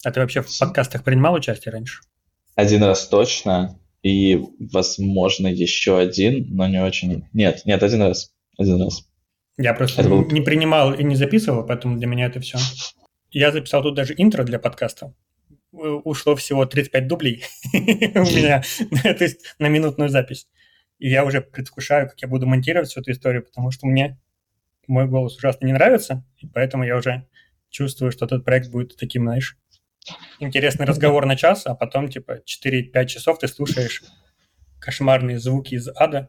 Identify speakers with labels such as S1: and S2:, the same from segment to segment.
S1: А ты вообще в подкастах принимал участие раньше?
S2: Один раз точно, и, возможно, еще один, но не очень... Нет, один раз. Один раз.
S1: Я просто
S2: Это был...
S1: не принимал и не записывал, поэтому для меня это все. Я записал тут даже интро для подкаста. Ушло всего 35 дублей у меня, то есть на минутную запись. И я уже предвкушаю, как я буду монтировать всю эту историю, потому что мне мой голос ужасно не нравится, и поэтому я уже чувствую, что этот проект будет таким, знаешь, интересный разговор на час, а потом, типа, 4-5 часов ты слушаешь кошмарные звуки из ада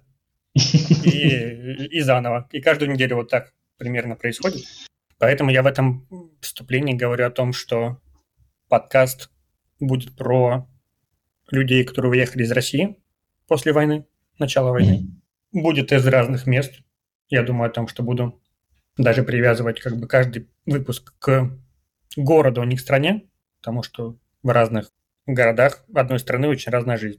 S1: и заново. И каждую неделю вот так примерно происходит. Поэтому я в этом вступлении говорю о том, что подкаст будет про людей, которые уехали из России после войны, начала войны. Будет из разных мест. Я думаю о том, что буду даже привязывать как бы каждый выпуск к городу, а не к стране, потому что в разных городах одной страны очень разная жизнь.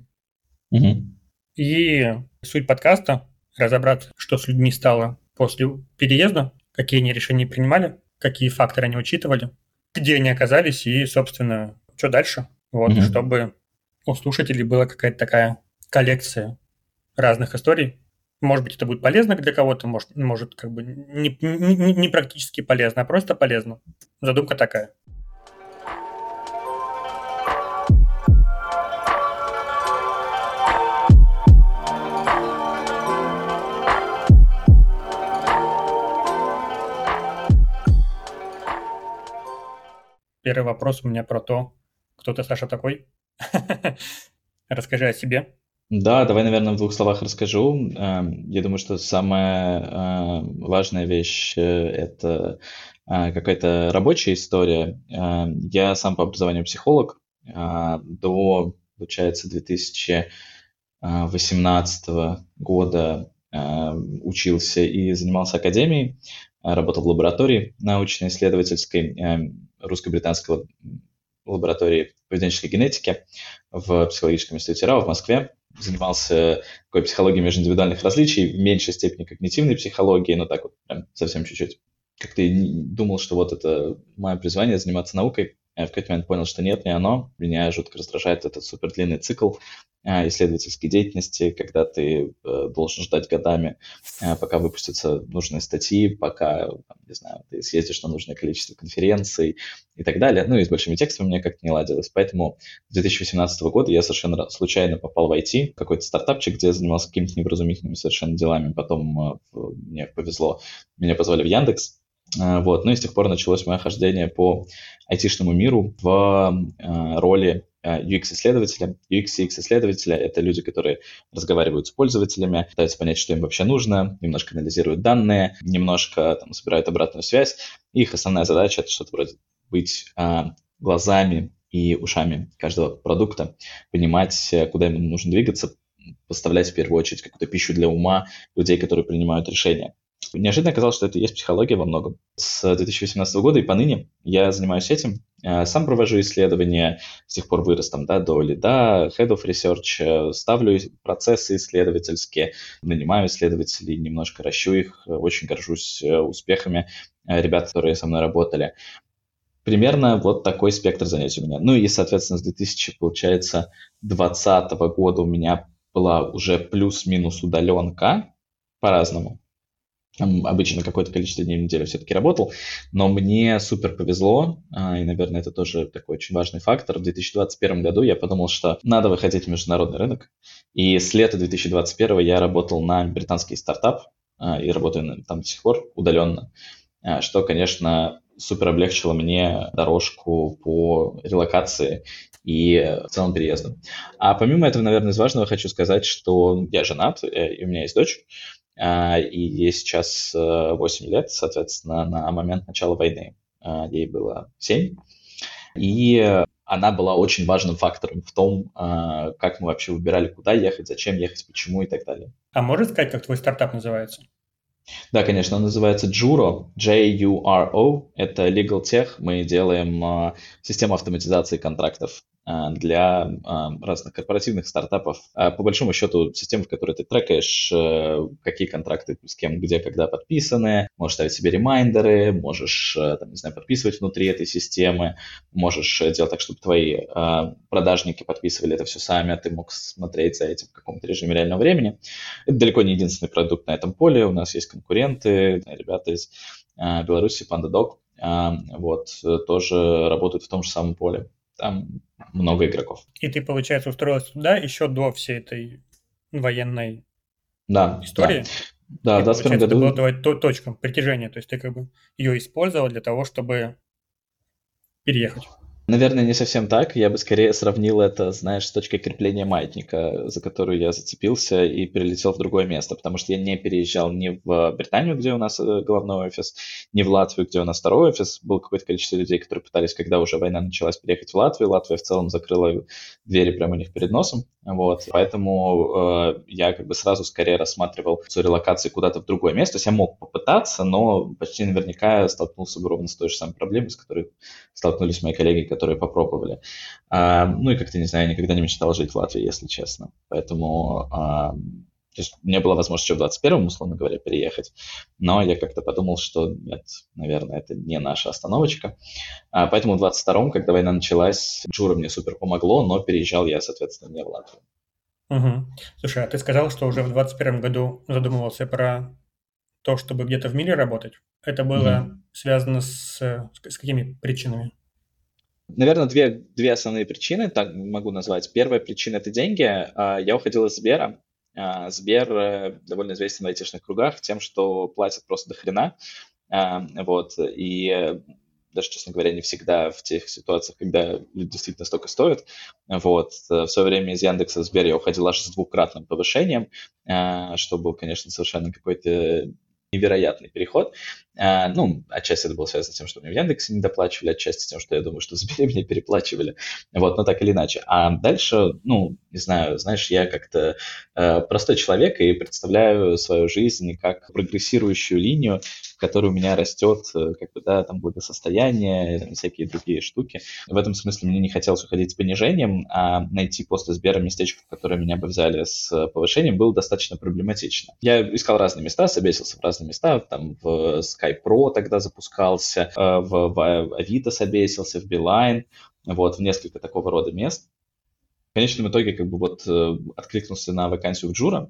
S1: И суть подкаста – разобраться, что с людьми стало после переезда, какие они решения принимали, какие факторы они учитывали, где они оказались и, собственно, что дальше. Вот, чтобы у слушателей была какая-то такая коллекция разных историй. Может быть, это будет полезно для кого-то, может как бы не практически полезно, а просто полезно. Задумка такая. Первый вопрос у меня про то, кто ты, Саша, такой. Расскажи о себе.
S2: Да, давай, наверное, в 2 словах расскажу. Я думаю, что самая важная вещь это какая-то рабочая история. Я сам по образованию психолог. До, получается, 2018 года учился и занимался академией, работал в лаборатории научно-исследовательской русско-британской лаборатории поведенческой генетики в психологическом институте РАО в Москве. Занимался такой психологией межиндивидуальных различий, в меньшей степени когнитивной психологией, но так вот прям совсем чуть-чуть. Как-то думал, что вот это мое призвание заниматься наукой. Я в какой-то момент понял, что нет, не оно. Меня жутко раздражает этот супердлинный цикл исследовательской деятельности, когда ты должен ждать годами, пока выпустятся нужные статьи, пока, не знаю, ты съездишь на нужное количество конференций и так далее. Ну и с большими текстами мне как-то не ладилось. Поэтому с 2018 года я совершенно случайно попал в IT, какой-то стартапчик, где я занимался какими-то невразумительными совершенно делами. Потом мне повезло, меня позвали в Яндекс. Вот. Ну и с тех пор началось мое хождение по айтишному миру в роли UX-исследователя. UX и UX-исследователя — это люди, которые разговаривают с пользователями, пытаются понять, что им вообще нужно, немножко анализируют данные, немножко там собирают обратную связь. Их основная задача — это что-то вроде быть глазами и ушами каждого продукта, понимать, куда ему нужно двигаться, поставлять в первую очередь какую-то пищу для ума людей, которые принимают решения. Неожиданно оказалось, что это и есть психология во многом. С 2018 года и поныне я занимаюсь этим. Сам провожу исследования, с тех пор вырос там, до лида, head of research, ставлю процессы исследовательские, нанимаю исследователей, немножко ращу их, очень горжусь успехами ребят, которые со мной работали. Примерно вот такой спектр занятий у меня. Ну и, соответственно, с 2020 года у меня была уже плюс-минус удаленка по-разному. Обычно какое-то количество дней в неделю все-таки работал, но мне супер повезло, и, наверное, это тоже такой очень важный фактор. В 2021 году я подумал, что надо выходить в международный рынок, и с лета 2021 я работал на британский стартап, и работаю там до сих пор удаленно, что, конечно, супер облегчило мне дорожку по релокации и в целом переезду. А помимо этого, наверное, из важного хочу сказать, что я женат, и у меня есть дочь, и ей сейчас 8 лет, соответственно, на момент начала войны ей было 7. И она была очень важным фактором в том, как мы вообще выбирали, куда ехать, зачем ехать, почему и так далее.
S1: А можешь сказать, как твой стартап называется?
S2: Да, конечно, он называется Juro, Juro. Это Legal Tech. Мы делаем систему автоматизации контрактов для разных корпоративных стартапов. По большому счету, система, в которой ты трекаешь, какие контракты с кем, где, когда подписаны, можешь ставить себе ремайндеры, можешь, там, не знаю, подписывать внутри этой системы, можешь делать так, чтобы твои продажники подписывали это все сами, а ты мог смотреть за этим в каком-то режиме реального времени. Это далеко не единственный продукт на этом поле. У нас есть конкуренты, ребята из Беларуси, PandaDoc, вот, тоже работают в том же самом поле. Там много игроков.
S1: И ты, получается, устроился туда еще до всей этой военной истории?
S2: Да,
S1: и,
S2: в 2021 году...
S1: это была твоя точка притяжения, то есть ты как бы ее использовал для того, чтобы переехать.
S2: Наверное, не совсем так. Я бы скорее сравнил это, знаешь, с точкой крепления маятника, за которую я зацепился и перелетел в другое место, потому что я не переезжал ни в Британию, где у нас головной офис, ни в Латвию, где у нас второй офис. Было какое-то количество людей, которые пытались, когда уже война началась, переехать в Латвию. Латвия в целом закрыла двери прямо у них перед носом. Вот. Поэтому я как бы сразу скорее рассматривал релокацию куда-то в другое место. То есть я мог попытаться, но почти наверняка столкнулся бы ровно с той же самой проблемой, с которой столкнулись мои коллеги, которые попробовали. Ну и как-то, не знаю, я никогда не мечтал жить в Латвии, если честно. Поэтому то есть у меня была возможность еще в 21-м, условно говоря, переехать, но я как-то подумал, что нет, наверное, это не наша остановочка. Поэтому в 22-м, когда война началась, Джура мне супер помогло, но переезжал я, соответственно, не в Латвию.
S1: Угу. Слушай, а ты сказал, что уже в 21 году задумывался про то, чтобы где-то в мире работать. Это было связано с какими причинами?
S2: Наверное, две основные причины, так могу назвать. Первая причина – это деньги. Я уходил из Сбера. Сбер довольно известен в айтишных кругах тем, что платят просто до хрена. Вот. И даже, честно говоря, не всегда в тех ситуациях, когда люди действительно столько стоят. Вот. В свое время из Яндекса в Сбер я уходил аж с 2-кратным повышением, что был, конечно, совершенно какой-то невероятный переход. Ну, отчасти это было связано с тем, что мне в Яндексе не доплачивали, отчасти тем, что я думаю, что в Сбере мне переплачивали. Вот, но так или иначе. А дальше, ну, не знаю, знаешь, я как-то простой человек и представляю свою жизнь как прогрессирующую линию, в которой у меня растет, как бы, да, там, благосостояние, там, всякие другие штуки. В этом смысле мне не хотелось уходить с понижением, а найти после Сбера местечко, в которое меня бы взяли с повышением, было достаточно проблематично. Я искал разные места, собесился в разные места, там, в Skype Pro тогда запускался, в Авито собесился, в Билайн, вот, в несколько такого рода мест. В конечном итоге, как бы, вот, откликнулся на вакансию в Джура,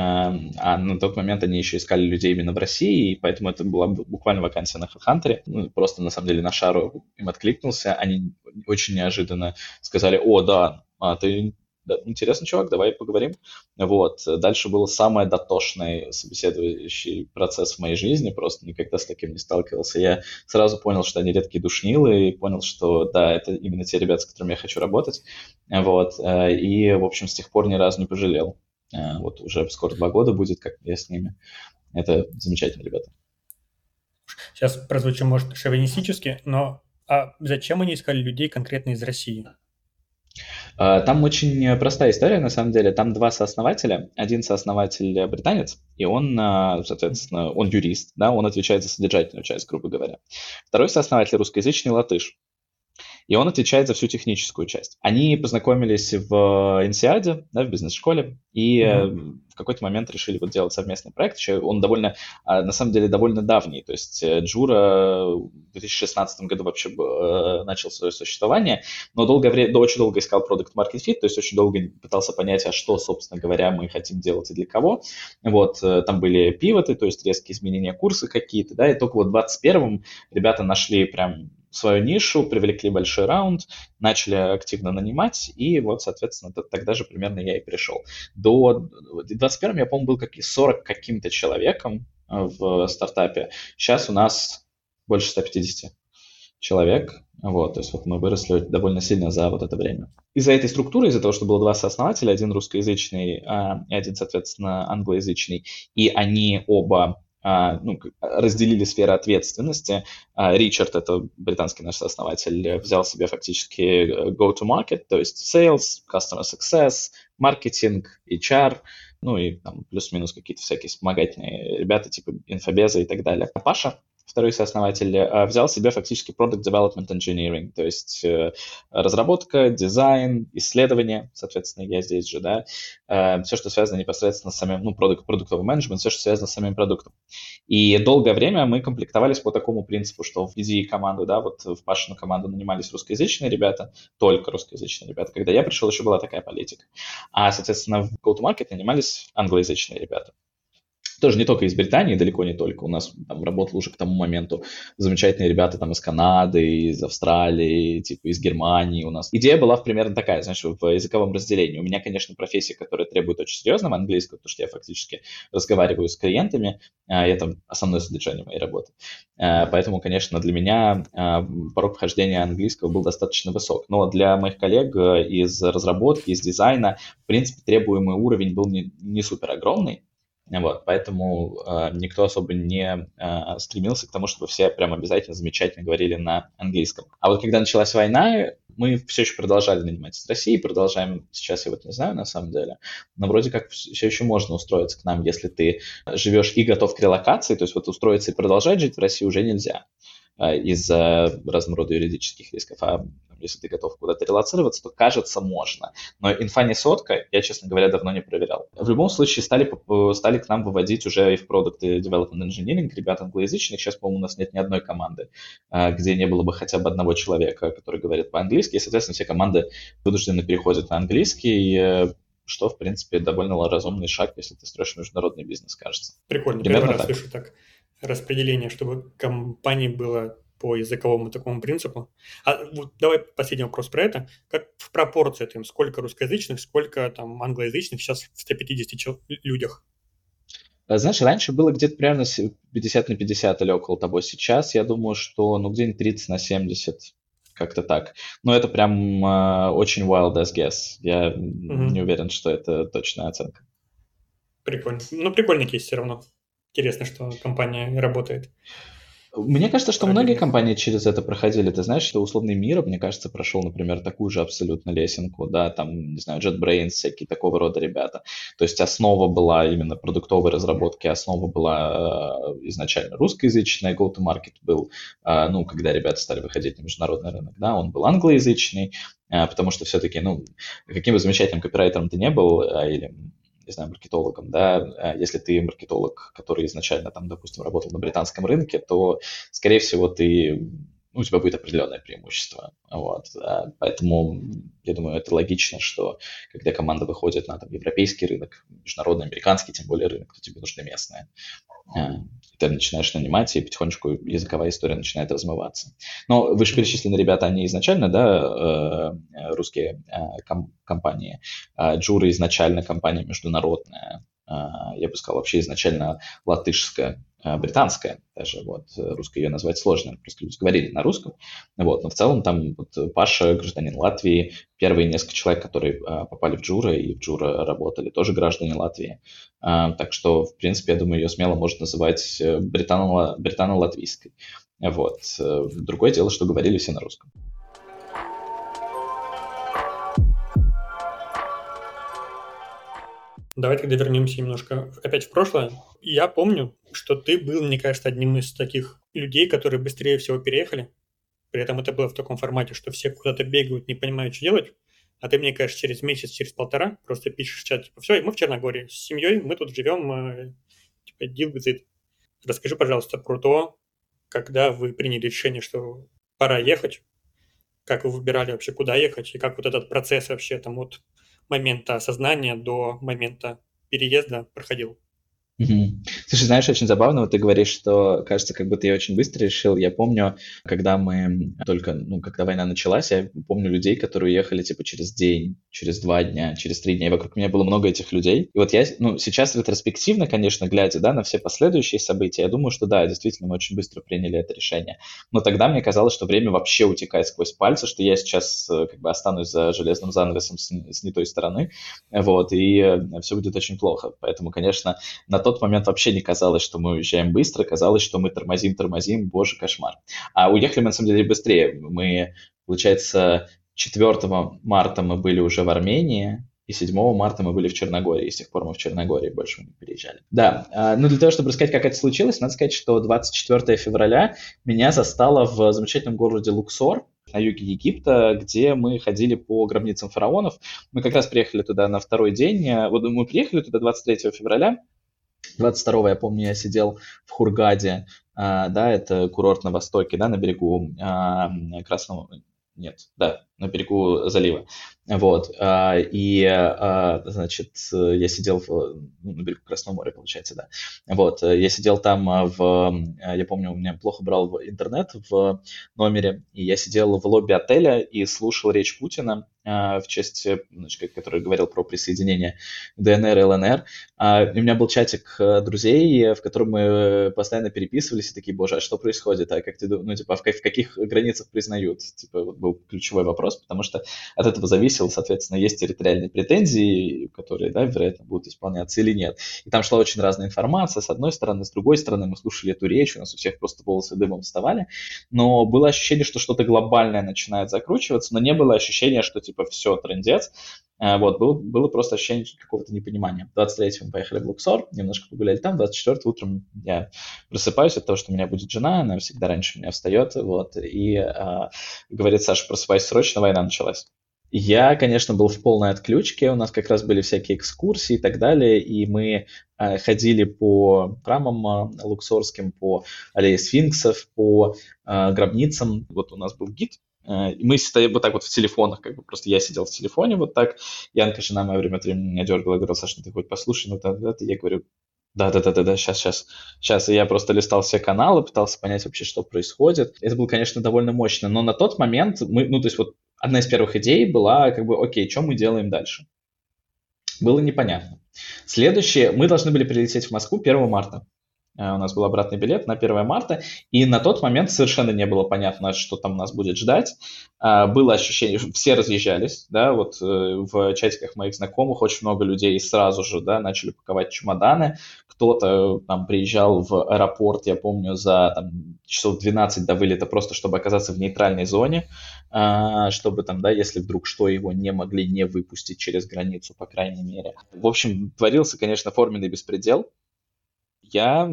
S2: а на тот момент они еще искали людей именно в России, и поэтому это была буквально вакансия на HeadHunter. Ну, просто, на самом деле, на шару им откликнулся. Они очень неожиданно сказали: «О, да, ты интересный чувак, давай поговорим». Вот. Дальше был самый дотошный собеседующий процесс в моей жизни, просто никогда с таким не сталкивался. Я сразу понял, что они редкие душнилы, и понял, что да, это именно те ребята, с которыми я хочу работать. Вот. И, в общем, с тех пор ни разу не пожалел. Вот уже скоро 2 года будет, как я с ними. Это замечательные ребята.
S1: Сейчас прозвучу, может, шовинистически, но зачем они искали людей конкретно из России?
S2: Там очень простая история, на самом деле. Там 2 сооснователя. Один сооснователь британец, и он, соответственно, он юрист, да, он отвечает за содержательную часть, грубо говоря. Второй сооснователь русскоязычный латыш, и он отвечает за всю техническую часть. Они познакомились в INSEAD, да, в бизнес-школе, и в какой-то момент решили вот делать совместный проект. Еще он довольно, на самом деле, довольно давний. То есть Джура в 2016 году вообще начал свое существование, но очень долго искал Product Market Fit, то есть очень долго пытался понять, а что, собственно говоря, мы хотим делать и для кого. Вот, там были пивоты, то есть резкие изменения курса какие-то, да, и только вот в 2021 ребята нашли прям свою нишу, привлекли большой раунд, начали активно нанимать, и вот, соответственно, тогда же примерно я и пришел. До 21-м я, по-моему, был 40 каким-то человеком в стартапе. Сейчас у нас больше 150 человек. Вот, то есть вот мы выросли довольно сильно за вот это время. Из-за этой структуры, из-за того, что было 2 сооснователя, один русскоязычный и один, соответственно, англоязычный, и они оба разделили сферы ответственности. Ричард, это британский наш сооснователь, взял себе фактически go-to-market, то есть sales, customer success, маркетинг, HR, ну и там плюс-минус какие-то всякие вспомогательные ребята типа инфобеза и так далее. Паша второй сооснователь, взял себе фактически Product Development Engineering, то есть разработка, дизайн, исследование, соответственно, я здесь же, да, все, что связано непосредственно с самим, продуктовый менеджмент, все, что связано с самим продуктом. И долгое время мы комплектовались по такому принципу, что введи команду, да, вот в Пашину команду нанимались русскоязычные ребята, только русскоязычные ребята. Когда я пришел, еще была такая политика. А, соответственно, в Go-to-Market нанимались англоязычные ребята. Тоже не только из Британии, далеко не только. У нас там работали уже к тому моменту замечательные ребята там из Канады, из Австралии, типа из Германии у нас. Идея была примерно такая, знаешь, в языковом разделении. У меня, конечно, профессия, которая требует очень серьезного английского, потому что я фактически разговариваю с клиентами, и это основное содержание моей работы. Поэтому, конечно, для меня порог вхождения английского был достаточно высок. Но для моих коллег из разработки, из дизайна, в принципе, требуемый уровень был не супер огромный. Вот, поэтому никто особо не стремился к тому, чтобы все прям обязательно замечательно говорили на английском. А вот когда началась война, мы все еще продолжали нанимать из России, продолжаем, сейчас я вот не знаю на самом деле, но вроде как все еще можно устроиться к нам, если ты живешь и готов к релокации, то есть вот устроиться и продолжать жить в России уже нельзя из-за разного рода юридических рисков. А если ты готов куда-то релоцироваться, то, кажется, можно. Но инфа не сотка, я, честно говоря, давно не проверял. В любом случае, стали к нам выводить уже и в Product Development Engineering ребят англоязычных. Сейчас, по-моему, у нас нет ни одной команды, где не было бы хотя бы одного человека, который говорит по-английски. И, соответственно, все команды вынуждены переходят на английский, что, в принципе, довольно разумный шаг, если ты строишь международный бизнес, кажется.
S1: Прикольно. Примерно первый раз слышу так распределение, чтобы компании было по языковому такому принципу. А вот давай последний вопрос про это. Как в пропорции там, сколько русскоязычных, сколько там англоязычных сейчас в 150 людях?
S2: Знаешь, раньше было где-то примерно 50 на 50 или около того. Сейчас я думаю, что где-нибудь 30 на 70, как-то так. Но это прям очень wild as guess. Я не уверен, что это точная оценка.
S1: Прикольно. Прикольный кейс все равно. Интересно, что компания работает.
S2: Мне кажется, что многие компании через это проходили. Ты знаешь, что условный мир, мне кажется, прошел, например, такую же абсолютно лесенку, да, там, не знаю, JetBrains, всякие такого рода ребята. То есть основа была именно продуктовой разработки, основа была изначально русскоязычная, go-to-market был, когда ребята стали выходить на международный рынок, да, он был англоязычный, потому что все-таки, каким бы замечательным копирайтером ты не был, или не знаю, маркетологом, да, если ты маркетолог, который изначально там, допустим, работал на британском рынке, то, скорее всего, у тебя будет определенное преимущество, вот, поэтому я думаю, это логично, что когда команда выходит на там европейский рынок, международный, американский, тем более рынок, то тебе нужны местные. Ты начинаешь нанимать, и потихонечку языковая история начинает размываться. Но вышеперечисленные ребята, они изначально, да, русские компании. Джура изначально компания международная. Я бы сказал, вообще изначально латышская, британская даже, вот, русской ее назвать сложно, просто люди говорили на русском, вот, но в целом там вот Паша, гражданин Латвии, первые несколько человек, которые попали в Джура и в Джура работали, тоже граждане Латвии, так что, в принципе, я думаю, ее смело можно называть британо-латвийской, вот, другое дело, что говорили все на русском.
S1: Давай тогда вернемся немножко опять в прошлое. Я помню, что ты был, мне кажется, одним из таких людей, которые быстрее всего переехали. При этом это было в таком формате, что все куда-то бегают, не понимают, что делать. А ты, мне кажется, через месяц, через полтора просто пишешь в чат, типа, все, мы в Черногории с семьей, мы тут живем, типа, deal with it. Расскажи, пожалуйста, про то, когда вы приняли решение, что пора ехать, как вы выбирали вообще, куда ехать, и как вот этот процесс вообще там от момента осознания до момента переезда проходил.
S2: Слушай, знаешь, очень забавно, вот ты говоришь, что, кажется, как будто я очень быстро решил. Я помню, когда когда война началась, я помню людей, которые уехали, типа, через день, через 2 дня, через 3 дня, и вокруг меня было много этих людей. И вот я, сейчас ретроспективно, конечно, глядя, да, на все последующие события, я думаю, что да, действительно, мы очень быстро приняли это решение. Но тогда мне казалось, что время вообще утекает сквозь пальцы, что я сейчас, как бы, останусь за железным занавесом с не той стороны, вот, и все будет очень плохо. Поэтому, конечно, на тот момент вообще не казалось, что мы уезжаем быстро, казалось, что мы тормозим, боже, кошмар. А уехали мы, на самом деле, быстрее. Мы, получается, 4 марта мы были уже в Армении, и 7 марта мы были в Черногории, и с тех пор мы в Черногории больше не переезжали. Да, ну для того, чтобы рассказать, как это случилось, надо сказать, что 24 февраля меня застало в замечательном городе Луксор на юге Египта, где мы ходили по гробницам фараонов. Мы как раз приехали туда на второй день. Вот мы приехали туда 23 февраля. 22-го, я помню, я сидел в Хургаде, да, это курорт на востоке, да, на берегу Красного... Нет, да, на берегу залива. Вот. Значит, я сидел на берегу Красного моря, получается, да. Вот. Я сидел там я помню, у меня плохо брал интернет в номере, и я сидел в лобби отеля и слушал речь Путина в честь, значит, который говорил про присоединение ДНР и ЛНР. И у меня был чатик друзей, в котором мы постоянно переписывались и такие, боже, а что происходит? А как ты думаешь, ну, типа, в каких границах признают? Типа, вот был ключевой вопрос, потому что от этого зависело, соответственно, есть территориальные претензии, которые, да, вероятно, будут исполняться или нет. И там шла очень разная информация, с одной стороны, с другой стороны, мы слушали эту речь, у нас у всех просто волосы дымом вставали, но было ощущение, что что-то глобальное начинает закручиваться, но не было ощущения, что, типа, все, трындец. Вот, было просто ощущение какого-то непонимания. 23-го мы поехали в Луксор, немножко погуляли там, 24-го утром я просыпаюсь от того, что у меня будет жена, она всегда раньше меня встает, вот, и говорит, Саша, просыпайся срочно, война началась. Я, конечно, был в полной отключке, у нас как раз были всякие экскурсии и так далее, и мы ходили по храмам луксорским, по аллее сфинксов, по гробницам. Вот у нас был гид, и мы стояли вот так вот в телефонах, как бы просто я сидел в телефоне вот так, Янка, жена моя, время от времени меня дергала, говорила, Саша, ты хоть послушай, ну это, я говорю, да, сейчас. И я просто листал все каналы, пытался понять вообще, что происходит. Это было, конечно, довольно мощно, но на тот момент ну, то есть вот одна из первых идей была, как бы, окей, что мы делаем дальше? Было непонятно. Следующее, мы должны были прилететь в Москву 1 марта. У нас был обратный билет на 1 марта, и на тот момент совершенно не было понятно, что там нас будет ждать. Было ощущение, что все разъезжались, да, вот в чатиках моих знакомых очень много людей сразу же, да, начали паковать чемоданы. Кто-то там приезжал в аэропорт, я помню, за там, часов 12 до вылета, просто чтобы оказаться в нейтральной зоне, чтобы там, да, если вдруг что, его не могли не выпустить через границу, по крайней мере. В общем, творился, конечно, форменный беспредел. Я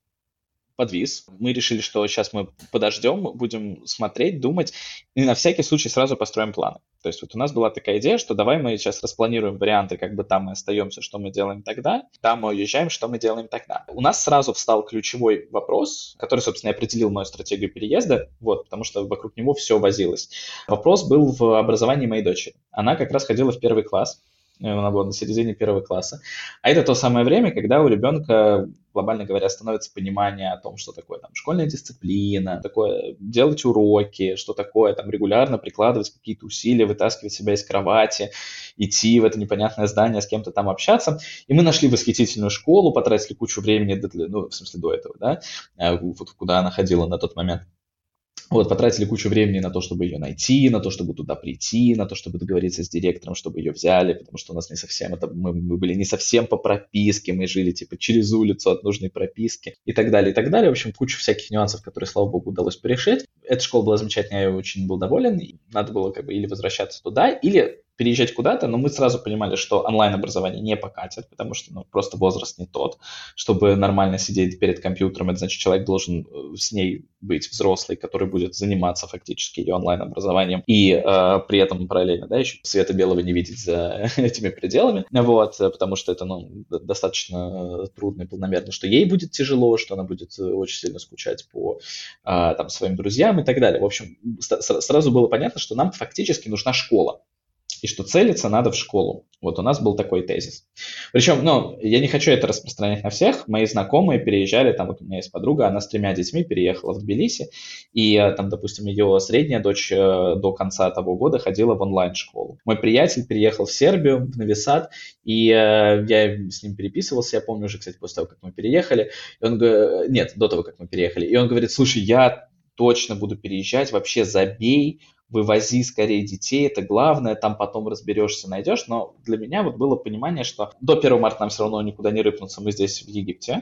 S2: подвис. Мы решили, что сейчас мы подождем, будем смотреть, думать, и на всякий случай сразу построим планы. То есть вот у нас была такая идея, что давай мы сейчас распланируем варианты, как бы там мы остаемся, что мы делаем тогда, там мы уезжаем, что мы делаем тогда. У нас сразу встал ключевой вопрос, который, собственно, определил мою стратегию переезда, вот, потому что вокруг него все возилось. Вопрос был в образовании моей дочери. Она как раз ходила в 1 класс, она была на середине 1 класса. А это то самое время, когда у ребенка, глобально говоря, становится понимание о том, что такое там школьная дисциплина, такое делать уроки, что такое там регулярно прикладывать какие-то усилия, вытаскивать себя из кровати, идти в это непонятное здание, с кем-то там общаться. И мы нашли восхитительную школу, потратили кучу времени, ну, в смысле, до этого, да, вот куда она ходила на тот момент. Вот, потратили кучу времени на то, чтобы ее найти, на то, чтобы туда прийти, на то, чтобы договориться с директором, чтобы ее взяли, потому что у нас не совсем это, мы были не совсем по прописке, мы жили типа через улицу от нужной прописки и так далее, и так далее. В общем, куча всяких нюансов, которые, слава богу, удалось порешить. Эта школа была замечательная, я очень был доволен. Надо было как бы или возвращаться туда, или переезжать куда-то, но мы сразу понимали, что онлайн-образование не покатит, потому что ну, просто возраст не тот, чтобы нормально сидеть перед компьютером. Это значит, человек должен с ней быть взрослый, который будет заниматься фактически ее онлайн-образованием и при этом параллельно, да, еще света белого не видеть за этими пределами, вот, потому что это, ну, достаточно трудно и планомерно, что ей будет тяжело, что она будет очень сильно скучать по там, своим друзьям и так далее. В общем, сразу было понятно, что нам фактически нужна школа. И что целиться надо в школу. Вот у нас был такой тезис. Причем, ну, я не хочу это распространять на всех. Мои знакомые переезжали, там вот у меня есть подруга, она с 3 детьми переехала в Тбилиси, и там, допустим, ее средняя дочь до конца того года ходила в онлайн-школу. Мой приятель переехал в Сербию, в Нови Сад, и я с ним переписывался, я помню уже, кстати, после того, как мы переехали. И он говорит, нет, до того, как мы переехали. И он говорит, слушай, я точно буду переезжать, вообще забей, вывози скорее детей, это главное, там потом разберешься, найдешь. Но для меня вот было понимание, что до 1 марта нам все равно никуда не рыпнуться, мы здесь в Египте,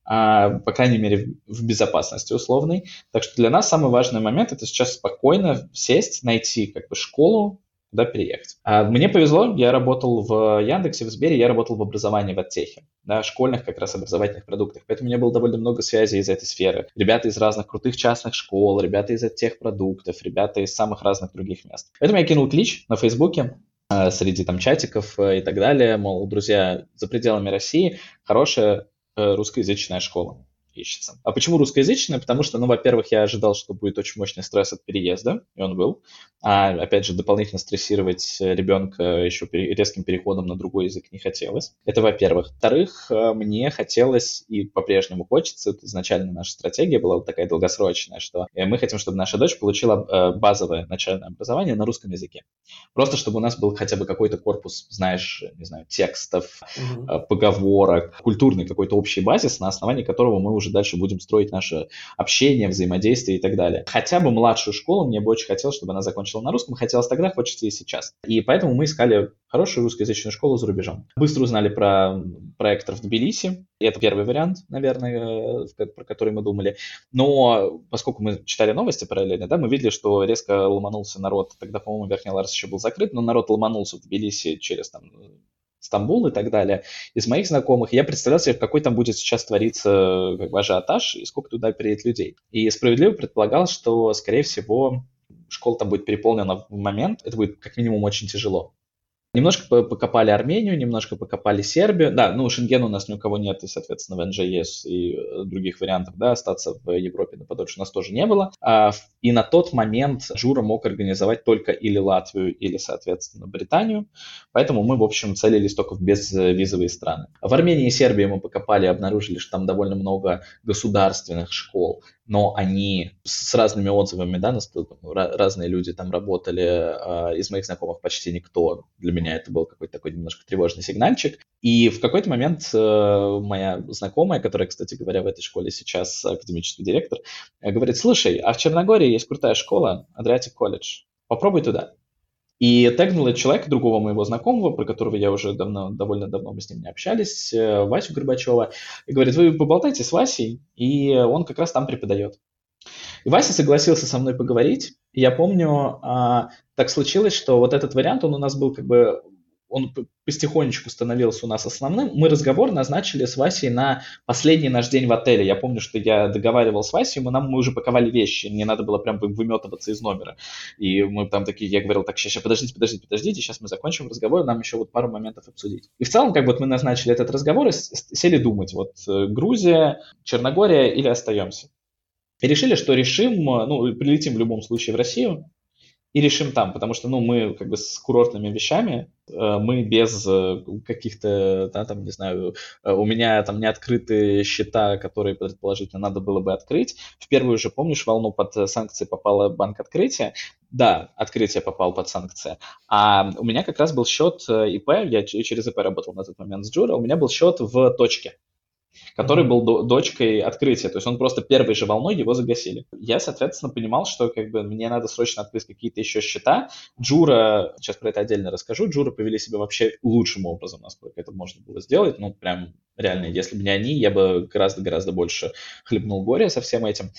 S2: по крайней мере в безопасности условной. Так что для нас самый важный момент — это сейчас спокойно сесть, найти как бы школу, куда переехать. Мне повезло, я работал в Яндексе, в Сбере, я работал в образовании, в оттехе, да, школьных как раз образовательных продуктах, поэтому у меня было довольно много связей из этой сферы. Ребята из разных крутых частных школ, ребята из оттехпродуктов, ребята из самых разных других мест. Поэтому я кинул клич на Фейсбуке, среди там чатиков и так далее, мол, друзья, за пределами России хорошая русскоязычная школа ищется. А почему русскоязычная? Потому что, ну, во-первых, я ожидал, что будет очень мощный стресс от переезда, и он был. А, опять же, дополнительно стрессировать ребенка еще резким переходом на другой язык не хотелось. Это во-первых. Во-вторых, мне хотелось и по-прежнему хочется, это изначально наша стратегия была такая долгосрочная, что мы хотим, чтобы наша дочь получила базовое начальное образование на русском языке. Просто чтобы у нас был хотя бы какой-то корпус, знаешь, не знаю, текстов, поговорок, культурный какой-то общий базис, на основании которого мы уже дальше будем строить наше общение, взаимодействие и так далее. Хотя бы младшую школу мне бы очень хотелось, чтобы она закончила на русском. Хотелось тогда, хочется и сейчас. И поэтому мы искали хорошую русскоязычную школу за рубежом. Быстро узнали про проектор в Тбилиси. И это первый вариант, наверное, про который мы думали. Но поскольку мы читали новости параллельно, да, мы видели, что резко ломанулся народ. Тогда, по-моему, Верхний Ларс еще был закрыт, но народ ломанулся в Тбилиси через там Стамбул и так далее, из моих знакомых, я представлял себе, какой там будет сейчас твориться как бы ажиотаж и сколько туда приедет людей. И справедливо предполагал, что, скорее всего, школа там будет переполнена в момент, это будет как минимум очень тяжело. Немножко покопали Армению, немножко покопали Сербию. Да, ну, Шенген у нас ни у кого нет, и, соответственно, в НЖЕС и других вариантов, да, остаться в Европе на подольше у нас тоже не было. И на тот момент Джура мог организовать только или Латвию, или, соответственно, Британию. Поэтому мы, в общем, целились только в безвизовые страны. В Армении и Сербии мы покопали и обнаружили, что там довольно много государственных школ, но они с разными отзывами, да, разные люди там работали, из моих знакомых почти никто. Для меня это был какой-то такой немножко тревожный сигнальчик. И в какой-то момент моя знакомая, которая, кстати говоря, в этой школе сейчас академический директор, говорит: слушай, а в Черногории есть крутая школа, Adriatic College, попробуй туда. И тегнула человека, другого моего знакомого, про которого я уже довольно давно мы с ним не общались, Васю Горбачева, и говорит: вы поболтайте с Васей, и он как раз там преподает. И Вася согласился со мной поговорить. И я помню, так случилось, что вот этот вариант, он у нас был как бы, он потихонечку становился у нас основным. Мы разговор назначили с Васей на последний наш день в отеле. Я помню, что я договаривал с Васей, мы уже паковали вещи, мне надо было прям выметываться из номера. И мы там такие, я говорил: так, сейчас, подождите, сейчас мы закончим разговор, нам еще вот пару моментов обсудить. И в целом, как вот мы назначили этот разговор и сели думать, вот Грузия, Черногория или остаемся. И решили, что прилетим в любом случае в Россию и решим там, потому что, мы как бы с курортными вещами, мы без каких-то, да, там, не знаю, у меня там не открыты счета, которые предположительно надо было бы открыть. В первую же, помнишь, волну под санкции попало банк открытия? Да, открытие попало под санкции. А у меня как раз был счет ИП, я через ИП работал на тот момент с Джура, у меня был счет в точке, который был дочкой открытия. То есть он просто первой же волной его загасили. Я, соответственно, понимал, что как бы мне надо срочно открыть какие-то еще счета. Джура, сейчас про это отдельно расскажу, Джура повели себя вообще лучшим образом, насколько это можно было сделать. Прям реально, если бы не они, я бы гораздо-гораздо больше хлебнул горя со всем этим.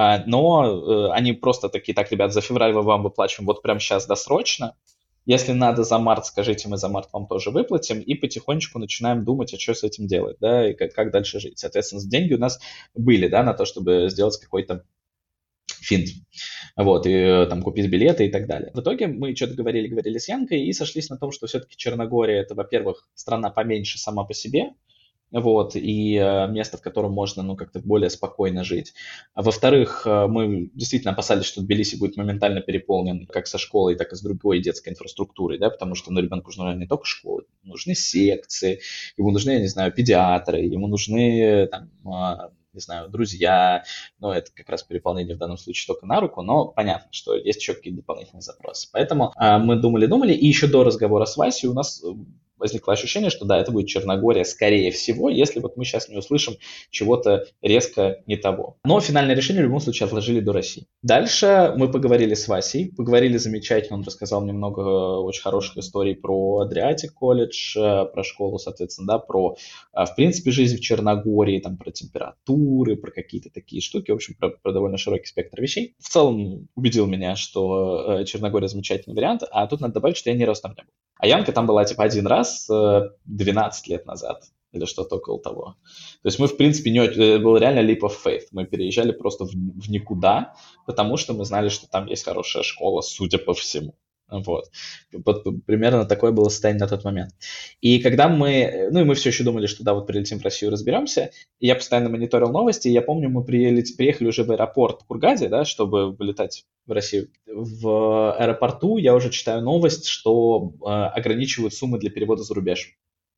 S2: Но они просто такие: так, ребят, за февраль мы вам выплачиваем вот прямо сейчас досрочно. Если надо за март, скажите, мы за март вам тоже выплатим, и потихонечку начинаем думать, а что с этим делать, да, и как дальше жить. Соответственно, деньги у нас были, да, на то, чтобы сделать какой-то финт, вот, и там купить билеты и так далее. В итоге мы что-то говорили с Янкой и сошлись на том, что все-таки Черногория — это, во-первых, страна поменьше сама по себе, вот, и место, в котором можно, как-то более спокойно жить. А во-вторых, мы действительно опасались, что Тбилиси будет моментально переполнен как со школой, так и с другой детской инфраструктурой, да, потому что, ребенку нужна не только школа, ему нужны секции, ему нужны, я не знаю, педиатры, ему нужны, там, не знаю, друзья, это как раз переполнение в данном случае только на руку, но понятно, что есть еще какие-то дополнительные запросы. Поэтому мы думали, и еще до разговора с Васей у нас возникло ощущение, что да, это будет Черногория, скорее всего, если вот мы сейчас не услышим чего-то резко не того. Но финальное решение в любом случае отложили до России. Дальше мы поговорили с Васей, поговорили замечательно, он рассказал мне много очень хороших историй про Adriatic колледж, про школу, соответственно, да, про, в принципе, жизнь в Черногории, там, про температуры, про какие-то такие штуки, в общем, про довольно широкий спектр вещей. В целом убедил меня, что Черногория замечательный вариант, а тут надо добавить, что я ни разу там не был. А Янка там была, типа, один раз 12 лет назад или что-то около того. То есть мы, в принципе, был реально leap of faith. Мы переезжали просто в никуда, потому что мы знали, что там есть хорошая школа, судя по всему. Вот. Примерно такое было состояние на тот момент. И когда мы все еще думали, что да, вот прилетим в Россию, разберемся, и я постоянно мониторил новости, и я помню, мы приехали уже в аэропорт Кургаде, да, чтобы вылетать в Россию. В аэропорту я уже читаю новость, что ограничивают суммы для перевода за рубеж.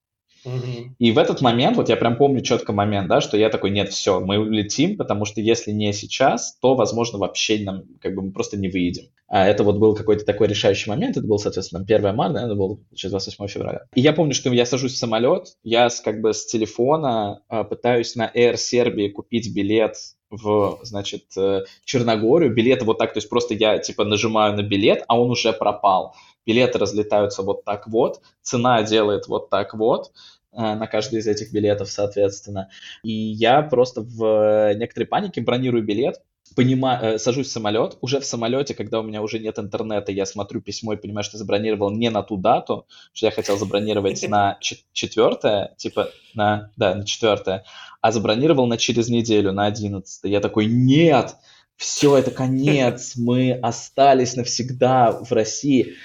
S2: И в этот момент, вот я прям помню четко момент, да, что я такой, нет, все, мы улетим, потому что если не сейчас, то, возможно, вообще нам, как бы, мы просто не выедем. А это вот был какой-то такой решающий момент, это был, соответственно, 1 марта, это был 28 февраля. И я помню, что я сажусь в самолет, я как бы с телефона пытаюсь на Air Serbia купить билет в, значит, Черногорию, билеты вот так, то есть просто я, типа, нажимаю на билет, а он уже пропал. Билеты разлетаются вот так вот, цена делает вот так вот, на каждый из этих билетов, соответственно. И я просто в некоторой панике бронирую билет, сажусь в самолет, уже в самолете, когда у меня уже нет интернета, я смотрю письмо и понимаю, что я забронировал не на ту дату, что я хотел забронировать на 4, типа, на 4, а забронировал на через неделю, на 11. Я такой, нет, все, это конец, мы остались навсегда в России.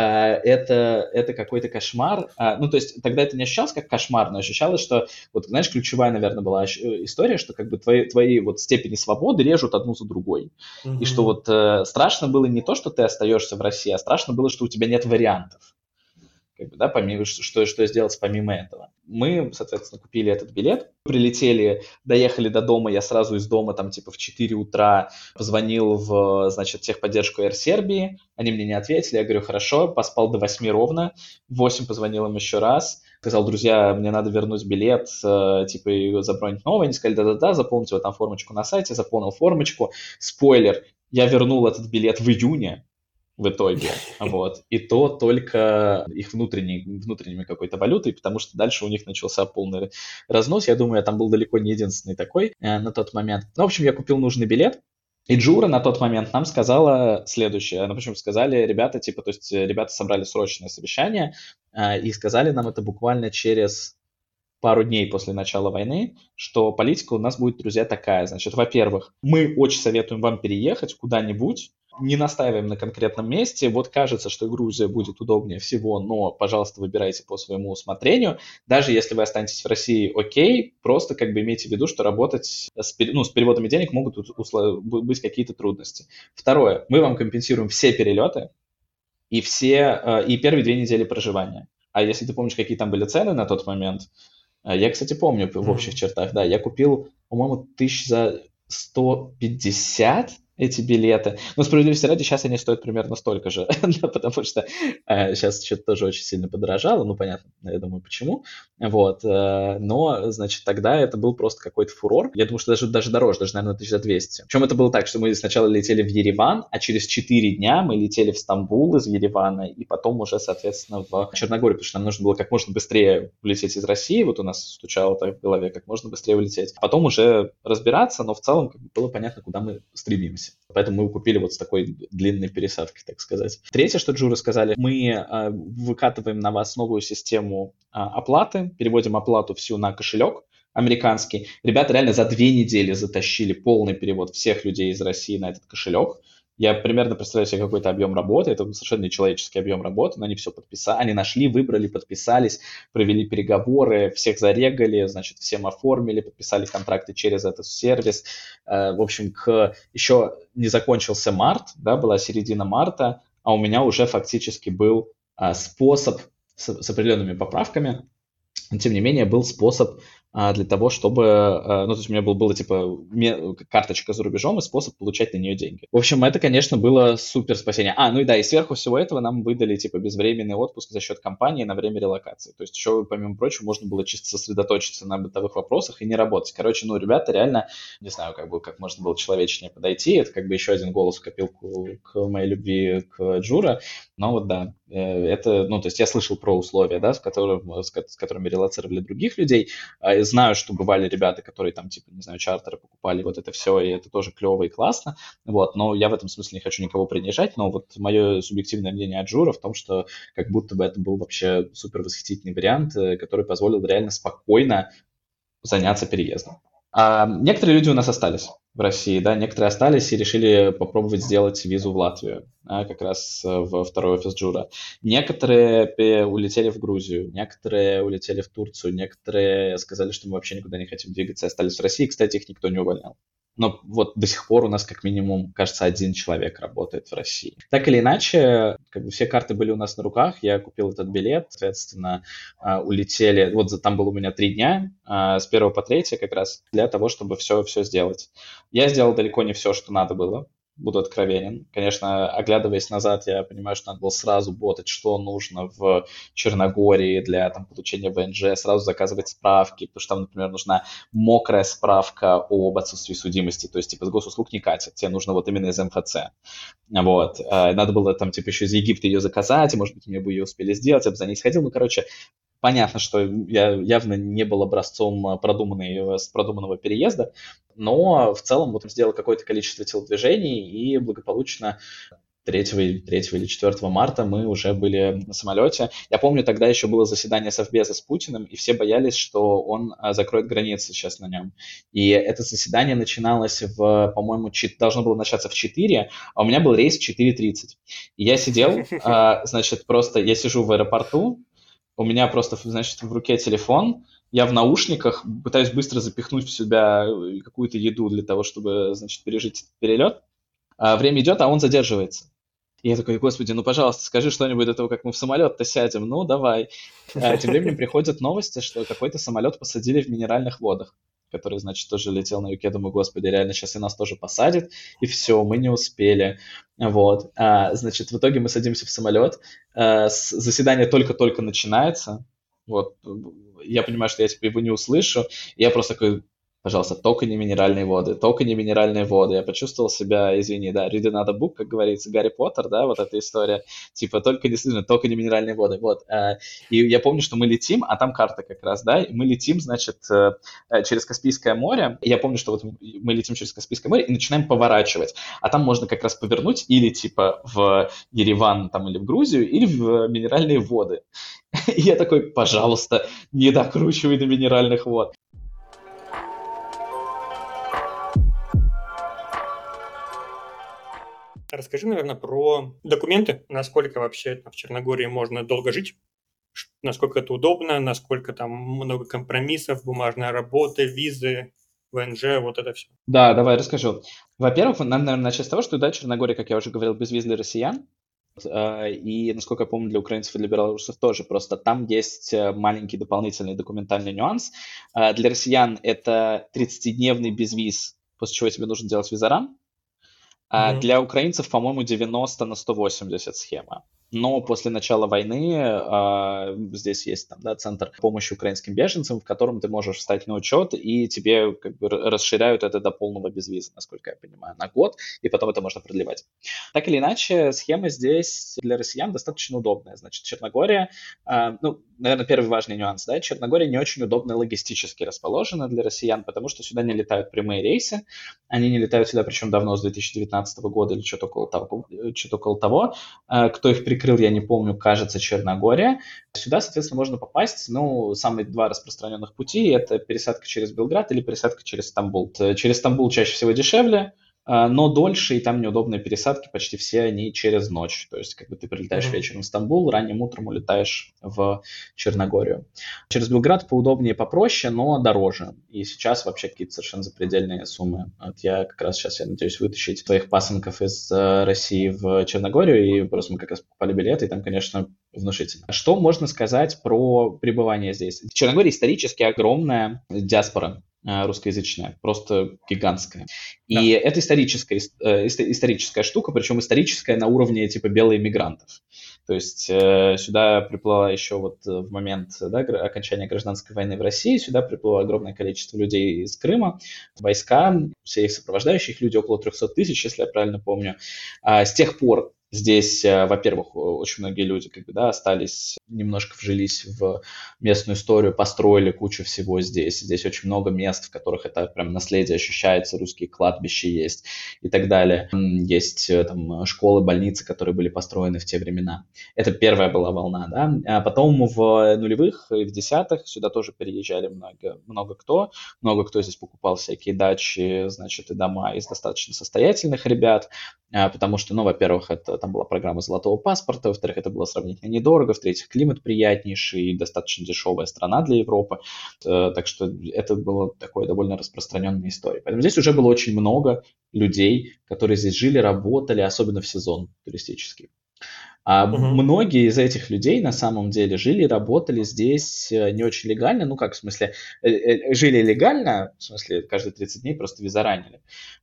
S2: Это какой-то кошмар. Ну, то есть тогда это не ощущалось как кошмар, но ощущалось, что, вот, знаешь, ключевая, наверное, была история, что как бы твои вот степени свободы режут одну за другой. И что вот страшно было не то, что ты остаешься в России, а страшно было, что у тебя нет вариантов. Как бы, да, помимо, что сделать помимо этого. Мы, соответственно, купили этот билет, прилетели, доехали до дома, я сразу из дома там типа в 4 утра позвонил в, значит, техподдержку Air Serbia, они мне не ответили, я говорю, хорошо, поспал до 8 ровно, в 8 позвонил им еще раз, сказал, друзья, мне надо вернуть билет, типа, и забронить новый, они сказали, да-да-да, заполните вот там формочку на сайте, заполнил формочку, спойлер, я вернул этот билет в июне, в итоге, вот, и то только их внутренними какой-то валютой, потому что дальше у них начался полный разнос, я думаю, я там был далеко не единственный такой на тот момент. Ну, в общем, я купил нужный билет, и Джура на тот момент нам сказала следующее, ну, почему сказали, ребята, типа, то есть ребята собрали срочное совещание и сказали нам это буквально через пару дней после начала войны, что политика у нас будет, друзья, такая. Значит, во-первых, мы очень советуем вам переехать куда-нибудь, не настаиваем на конкретном месте. Вот кажется, что Грузия будет удобнее всего, но, пожалуйста, выбирайте по своему усмотрению. Даже если вы останетесь в России, окей, просто как бы имейте в виду, что работать с переводами денег могут быть какие-то трудности. Второе, мы вам компенсируем все перелеты и первые 2 недели проживания. А если ты помнишь, какие там были цены на тот момент, я, кстати, помню в общих чертах, да, я купил, по-моему, 1150 эти билеты. Но справедливости ради, сейчас они стоят примерно столько же, потому что сейчас что-то тоже очень сильно подорожало, ну, понятно, я думаю, почему. Вот, но, значит, тогда это был просто какой-то фурор. Я думаю, что даже дороже, даже, наверное, 1200. Причем это было так, что мы сначала летели в Ереван, а через 4 дня мы летели в Стамбул из Еревана, и потом уже, соответственно, в Черногорию, потому что нам нужно было как можно быстрее улететь из России, вот у нас стучало так в голове, как можно быстрее улететь. Потом уже разбираться, но в целом как бы было понятно, куда мы стремимся. Поэтому мы купили вот с такой длинной пересадкой, так сказать. Третье, что Джура сказали, мы выкатываем на вас новую систему оплаты, переводим оплату всю на кошелек американский. Ребята реально за 2 недели затащили полный перевод всех людей из России на этот кошелек. Я примерно представляю себе какой-то объем работы, это совершенно нечеловеческий объем работы, но они все подписали, они нашли, выбрали, подписались, провели переговоры, всех зарегали, значит, всем оформили, подписали контракты через этот сервис. В общем, еще не закончился март, да, была середина марта, а у меня уже фактически был способ с определенными поправками, но тем не менее был способ для того, чтобы, ну, то есть у меня была типа карточка за рубежом и способ получать на нее деньги. В общем, это, конечно, было супер спасение. Ну и да, и сверху всего этого нам выдали типа безвременный отпуск за счет компании на время релокации. То есть еще, помимо прочего, можно было чисто сосредоточиться на бытовых вопросах и не работать. Короче, ну, ребята реально, не знаю, как можно было человечнее подойти. Это как бы еще один голос в копилку к моей любви к Джура. Но вот да, это, ну, то есть я слышал про условия, да, с которыми релоцировали других людей. Знаю, что бывали ребята, которые там, типа, не знаю, чартеры покупали, вот это все, и это тоже клево и классно, вот, но я в этом смысле не хочу никого принижать, но вот мое субъективное мнение от Джура в том, что как будто бы это был вообще супер восхитительный вариант, который позволил реально спокойно заняться переездом. Некоторые люди у нас остались в России, да, некоторые остались и решили попробовать сделать визу в Латвию, как раз во второй офис Джура. Некоторые улетели в Грузию, некоторые улетели в Турцию, некоторые сказали, что мы вообще никуда не хотим двигаться, и остались в России. Кстати, их никто не увольнял. Но вот до сих пор у нас как минимум, кажется, один человек работает в России. Так или иначе, как бы все карты были у нас на руках, я купил этот билет, соответственно, улетели, вот там было у меня 3 дня, с 1 по 3 как раз, для того, чтобы все сделать. Я сделал далеко не все, что надо было, буду откровенен. Конечно, оглядываясь назад, я понимаю, что надо было сразу ботать, что нужно в Черногории для там, получения ВНЖ, сразу заказывать справки, потому что там, например, нужна мокрая справка об отсутствии судимости, то есть типа с госуслуг не катят, тебе нужно вот именно из МФЦ. Вот. Надо было там типа еще из Египта ее заказать, и, может быть, мне бы ее успели сделать, я бы за ней сходил. Ну, короче, понятно, что я явно не был образцом продуманного переезда, но в целом вот сделал какое-то количество телодвижений, и благополучно 3 или 4 марта мы уже были на самолете. Я помню, тогда еще было заседание Совбеза с Путиным, и все боялись, что он закроет границы сейчас на нем. И это заседание начиналось по-моему, должно было начаться в 4, а у меня был рейс в 4:30. И я сидел, значит, просто я сижу в аэропорту, у меня просто, значит, в руке телефон, я в наушниках пытаюсь быстро запихнуть в себя какую-то еду для того, чтобы, значит, пережить перелет. Время идет, а он задерживается. И я такой, господи, ну, пожалуйста, скажи что-нибудь до того, как мы в самолет-то сядем. Ну, давай. Тем временем приходят новости, что какой-то самолет посадили в Минеральных водах, который, значит, тоже летел на юге. Я думаю, господи, реально сейчас и нас тоже посадят. И все, мы не успели. Вот. Значит, в итоге мы садимся в самолет. Заседание только-только начинается. Вот. Я понимаю, что я теперь его не услышу. И я просто такой, пожалуйста, только не минеральные воды, только не минеральные воды. Я почувствовал себя, извини, да, read another book, как говорится, Гарри Поттер, да, вот эта история, типа, только не минеральные воды, вот. И я помню, что мы летим, а там карта как раз, да, и мы летим, значит, через Каспийское море. И я помню, что вот мы летим через Каспийское море и начинаем поворачивать, а там можно как раз повернуть или, типа, в Ереван, там, или в Грузию, или в минеральные воды. И я такой, пожалуйста, не докручивай до минеральных вод.
S1: Расскажи, наверное, про документы, насколько вообще в Черногории можно долго жить, насколько это удобно, насколько там много компромиссов, бумажная работа, визы, ВНЖ, вот это все.
S2: Да, давай расскажу. Во-первых, надо, наверное, начать с того, что, да, Черногория, как я уже говорил, безвиз для россиян. И, насколько я помню, для украинцев и для белорусов тоже. Просто там есть маленький дополнительный документальный нюанс. Для россиян это 30-дневный безвиз, после чего тебе нужно делать визаран. Для украинцев, по-моему, 90/180 схема. Но после начала войны здесь есть там, да, центр помощи украинским беженцам, в котором ты можешь встать на учет, и тебе как бы расширяют это до полного безвиза, насколько я понимаю, на год, и потом это можно продлевать. Так или иначе, схема здесь для россиян достаточно удобная. Значит, Черногория, ну, наверное, первый важный нюанс, да, Черногория не очень удобно логистически расположена для россиян, потому что сюда не летают прямые рейсы, они не летают сюда, причем давно, с 2019 года или что-то около того. Кто их прикрыл, я не помню, кажется, Черногория. Сюда, соответственно, можно попасть, ну, самые 2 распространенных пути – это пересадка через Белград или пересадка через Стамбул. Через Стамбул чаще всего дешевле, но дольше, и там неудобные пересадки, почти все они через ночь. То есть, как бы ты прилетаешь вечером в Стамбул, ранним утром улетаешь в Черногорию. Через Белград поудобнее, попроще, но дороже. И сейчас вообще какие-то совершенно запредельные суммы. Вот я как раз сейчас, я надеюсь, вытащить своих пасынков из России в Черногорию, и просто мы как раз покупали билеты, и там, конечно, внушительно. Что можно сказать про пребывание здесь? В Черногории исторически огромная диаспора русскоязычная, просто гигантская. И это историческая штука, причем историческая на уровне типа белых мигрантов. То есть сюда приплыла еще вот в момент окончания гражданской войны в России, сюда приплыло огромное количество людей из Крыма, войска, все их сопровождающих люди, около 300 тысяч, если я правильно помню. С тех пор здесь, во-первых, очень многие люди остались, немножко вжились в местную историю, построили кучу всего здесь. Здесь очень много мест, в которых это прям наследие ощущается, русские кладбища есть и так далее. Есть там школы, больницы, которые были построены в те времена. Это первая была волна, да. А потом в нулевых и в десятых сюда тоже переезжали много кто. Много кто здесь покупал всякие дачи, значит, и дома из достаточно состоятельных ребят, потому что, во-первых, там была программа золотого паспорта, во-вторых, это было сравнительно недорого, в-третьих, климат приятнейший и достаточно дешевая страна для Европы, так что это была такой довольно распространенная история. Поэтому здесь уже было очень много людей, которые здесь жили, работали, особенно в сезон туристический. А многие из этих людей на самом деле жили, работали здесь не очень легально, в смысле, жили легально, в смысле, каждые 30 дней просто виза ранили,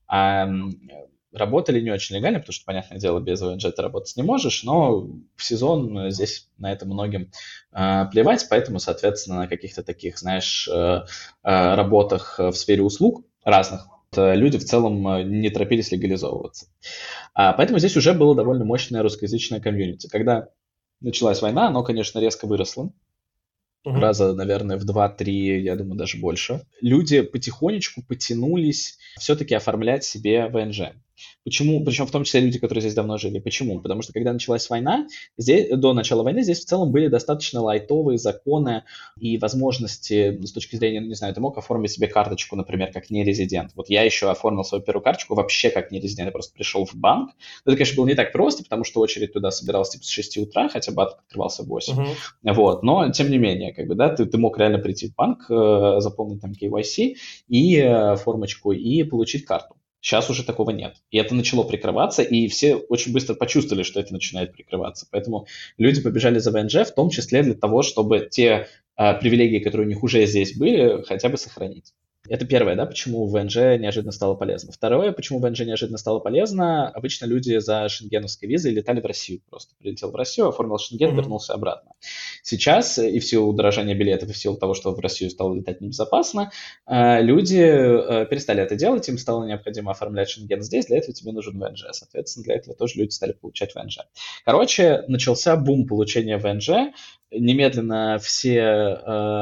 S2: работали не очень легально, потому что, понятное дело, без ВНЖ ты работать не можешь, но в сезон здесь на это многим плевать, поэтому, соответственно, на каких-то таких, знаешь, работах в сфере услуг разных люди в целом не торопились легализовываться. Поэтому здесь уже было довольно мощное русскоязычное комьюнити. Когда началась война, оно, конечно, резко выросло. Раза, наверное, в 2-3, я думаю, даже больше. Люди потихонечку потянулись все-таки оформлять себе ВНЖ. Почему? Причем в том числе люди, которые здесь давно жили. Почему? Потому что когда началась война, до начала войны здесь в целом были достаточно лайтовые законы и возможности с точки зрения, не знаю, ты мог оформить себе карточку, например, как нерезидент. Вот я еще оформил свою первую карточку вообще как нерезидент. Я просто пришел в банк. Но это, конечно, было не так просто, потому что очередь туда собиралась типа с 6 утра, хотя банк открывался в 8. Вот. Но, тем не менее, ты мог реально прийти в банк, заполнить там KYC и формочку и получить карту. Сейчас уже такого нет. И это начало прикрываться, и все очень быстро почувствовали, что это начинает прикрываться. Поэтому люди побежали за ВНЖ, в том числе для того, чтобы те привилегии, которые у них уже здесь были, хотя бы сохранить. Это первое, почему ВНЖ неожиданно стало полезно. Второе, почему ВНЖ неожиданно стало полезно. Обычно люди за шенгеновской визой летали в Россию. Просто прилетел в Россию, оформил шенген, вернулся обратно. Сейчас, и в силу удорожания билетов, и в силу того, что в Россию стало летать небезопасно, люди перестали это делать, им стало необходимо оформлять шенген здесь, для этого тебе нужен ВНЖ. Соответственно, для этого тоже люди стали получать ВНЖ. Короче, начался бум получения ВНЖ. Немедленно все,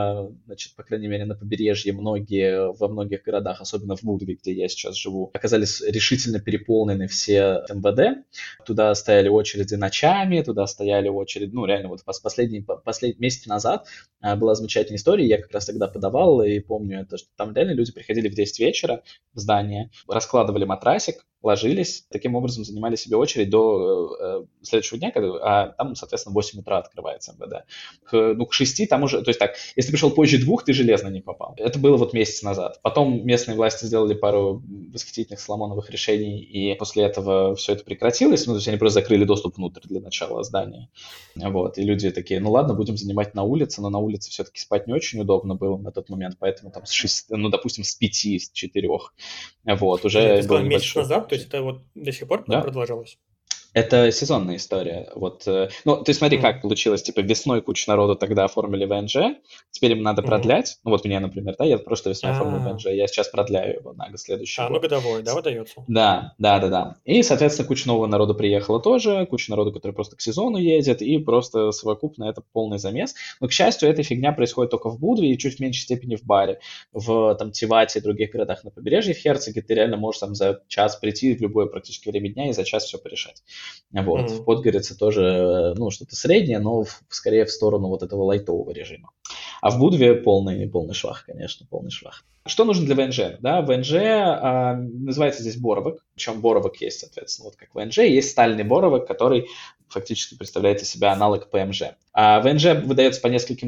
S2: по крайней мере, на побережье во многих городах, особенно в Будве, где я сейчас живу, оказались решительно переполнены все МВД. Туда стояли очереди ночами, туда стояли очереди, реально, вот последний месяц назад была замечательная история, я как раз тогда подавал, и помню это, что там реально люди приходили в 10 вечера в здание, раскладывали матрасик, ложились, таким образом занимали себе очередь до следующего дня, а там, соответственно, в 8 утра открывается МВД. К 6 там уже, то есть так, если ты пришел позже 2, ты железно не попал. Это было вот месяц назад. Потом местные власти сделали пару восхитительных Соломоновых решений, и после этого все это прекратилось, то есть они просто закрыли доступ внутрь для начала здания. Вот, и люди такие, ладно, будем занимать на улице, но на улице все-таки спать не очень удобно было на тот момент, поэтому там допустим, с 5, с 4. Вот, уже
S1: ты сказал
S2: был
S1: месяц
S2: небольшой.
S1: назад, то есть это вот до сих пор продолжалось?
S2: Это сезонная история. Вот, ты смотри, как получилось. Типа весной куча народу тогда оформили ВНЖ, теперь им надо продлять. Вот меня, например, я просто весной оформил ВНЖ, я сейчас продляю его на год следующий год.
S1: Годовой, выдается?
S2: Да. И, соответственно, куча нового народа приехала тоже, куча народу, который просто к сезону едет, и просто совокупно это полный замес. Но, к счастью, эта фигня происходит только в Будве и чуть в меньшей степени в Баре. В Тивате и других городах на побережье, в Херцеге, ты реально можешь там за час прийти в любое практически время дня и за час все порешать. Вот. В Подгорице тоже, что-то среднее, но скорее в сторону вот этого лайтового режима. А в Будве полный швах, конечно, полный швах. Что нужно для ВНЖ? Да, ВНЖ называется здесь боровик, причем боровик есть, соответственно, вот как ВНЖ, есть стальный боровик, который фактически представляет из себя аналог ПМЖ. А ВНЖ выдается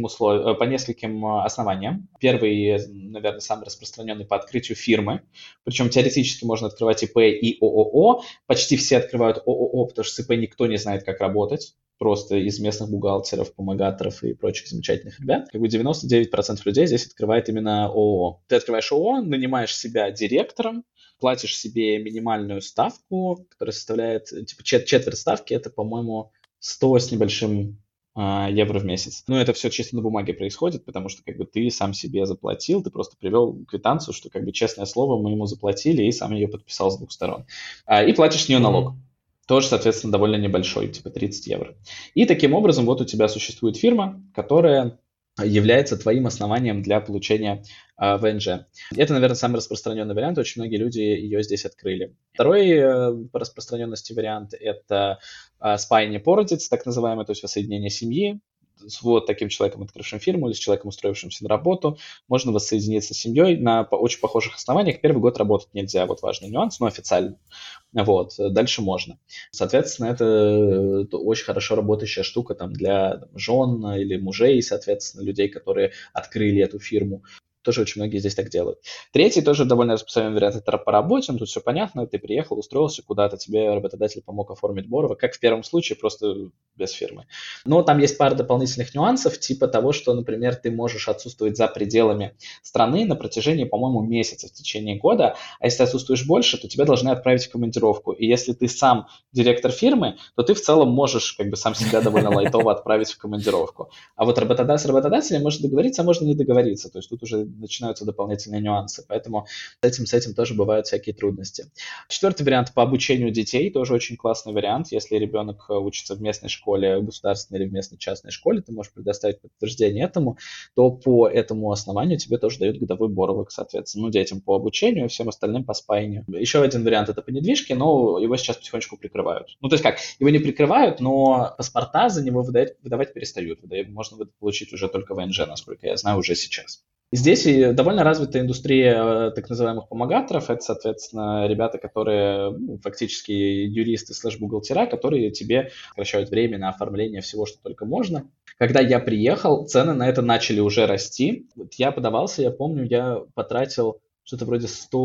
S2: по нескольким основаниям. Первый, наверное, самый распространенный по открытию фирмы, причем теоретически можно открывать ИП и ООО. Почти все открывают ООО, потому что с ИП никто не знает, как работать. Просто из местных бухгалтеров, помогаторов и прочих замечательных ребят. Как бы 99% людей здесь открывает именно ООО. Ты открываешь ООО, нанимаешь себя директором, платишь себе минимальную ставку, которая составляет, типа, четверть ставки, это, по-моему, 100 с небольшим евро в месяц. Но это все чисто на бумаге происходит, потому что как бы ты сам себе заплатил, ты просто привел квитанцию, что как бы честное слово мы ему заплатили и сам ее подписал с двух сторон. И платишь с нее налог. Тоже, соответственно, довольно небольшой, типа 30 евро. И таким образом вот у тебя существует фирма, которая является твоим основанием для получения ВНЖ. Это, наверное, самый распространенный вариант. Очень многие люди ее здесь открыли. Второй по распространенности вариант – это спаяние породиц, так называемое, то есть воссоединение семьи. С вот таким человеком, открывшим фирму, или с человеком, устроившимся на работу, можно воссоединиться с семьей на очень похожих основаниях. Первый год работать нельзя, вот важный нюанс, но официально. Вот, дальше можно. Соответственно, это очень хорошо работающая штука там, для жен или мужей, соответственно, людей, которые открыли эту фирму. Тоже очень многие здесь так делают. Третий тоже довольно распространенный вариант – это по работе. Тут все понятно, ты приехал, устроился куда-то, тебе работодатель помог оформить Борова, как в первом случае, просто без фирмы. Но там есть пара дополнительных нюансов, типа того, что, например, ты можешь отсутствовать за пределами страны на протяжении, по-моему, месяца в течение года, а если отсутствуешь больше, то тебя должны отправить в командировку. И если ты сам директор фирмы, то ты в целом можешь как бы сам себя довольно лайтово отправить в командировку. А вот с работодателем можно договориться, а можно не договориться. То есть тут уже начинаются дополнительные нюансы. Поэтому с этим тоже бывают всякие трудности. Четвертый вариант по обучению детей, тоже очень классный вариант. Если ребенок учится в местной школе, государственной или в местной частной школе, ты можешь предоставить подтверждение этому, то по этому основанию тебе тоже дают годовой боровик, соответственно. Ну, детям по обучению, всем остальным по спаянию. Еще один вариант – это по недвижке, но его сейчас потихонечку прикрывают. Ну, то есть как, его не прикрывают, но паспорта за него выдавать перестают. Можно получить уже только ВНЖ, насколько я знаю, уже сейчас. Здесь и довольно развита индустрия так называемых помогаторов. Это, соответственно, ребята, которые фактически юристы слэш-бухгалтера, которые тебе сокращают время на оформление всего, что только можно. Когда я приехал, цены на это начали уже расти. Вот я подавался, я помню, я потратил что-то вроде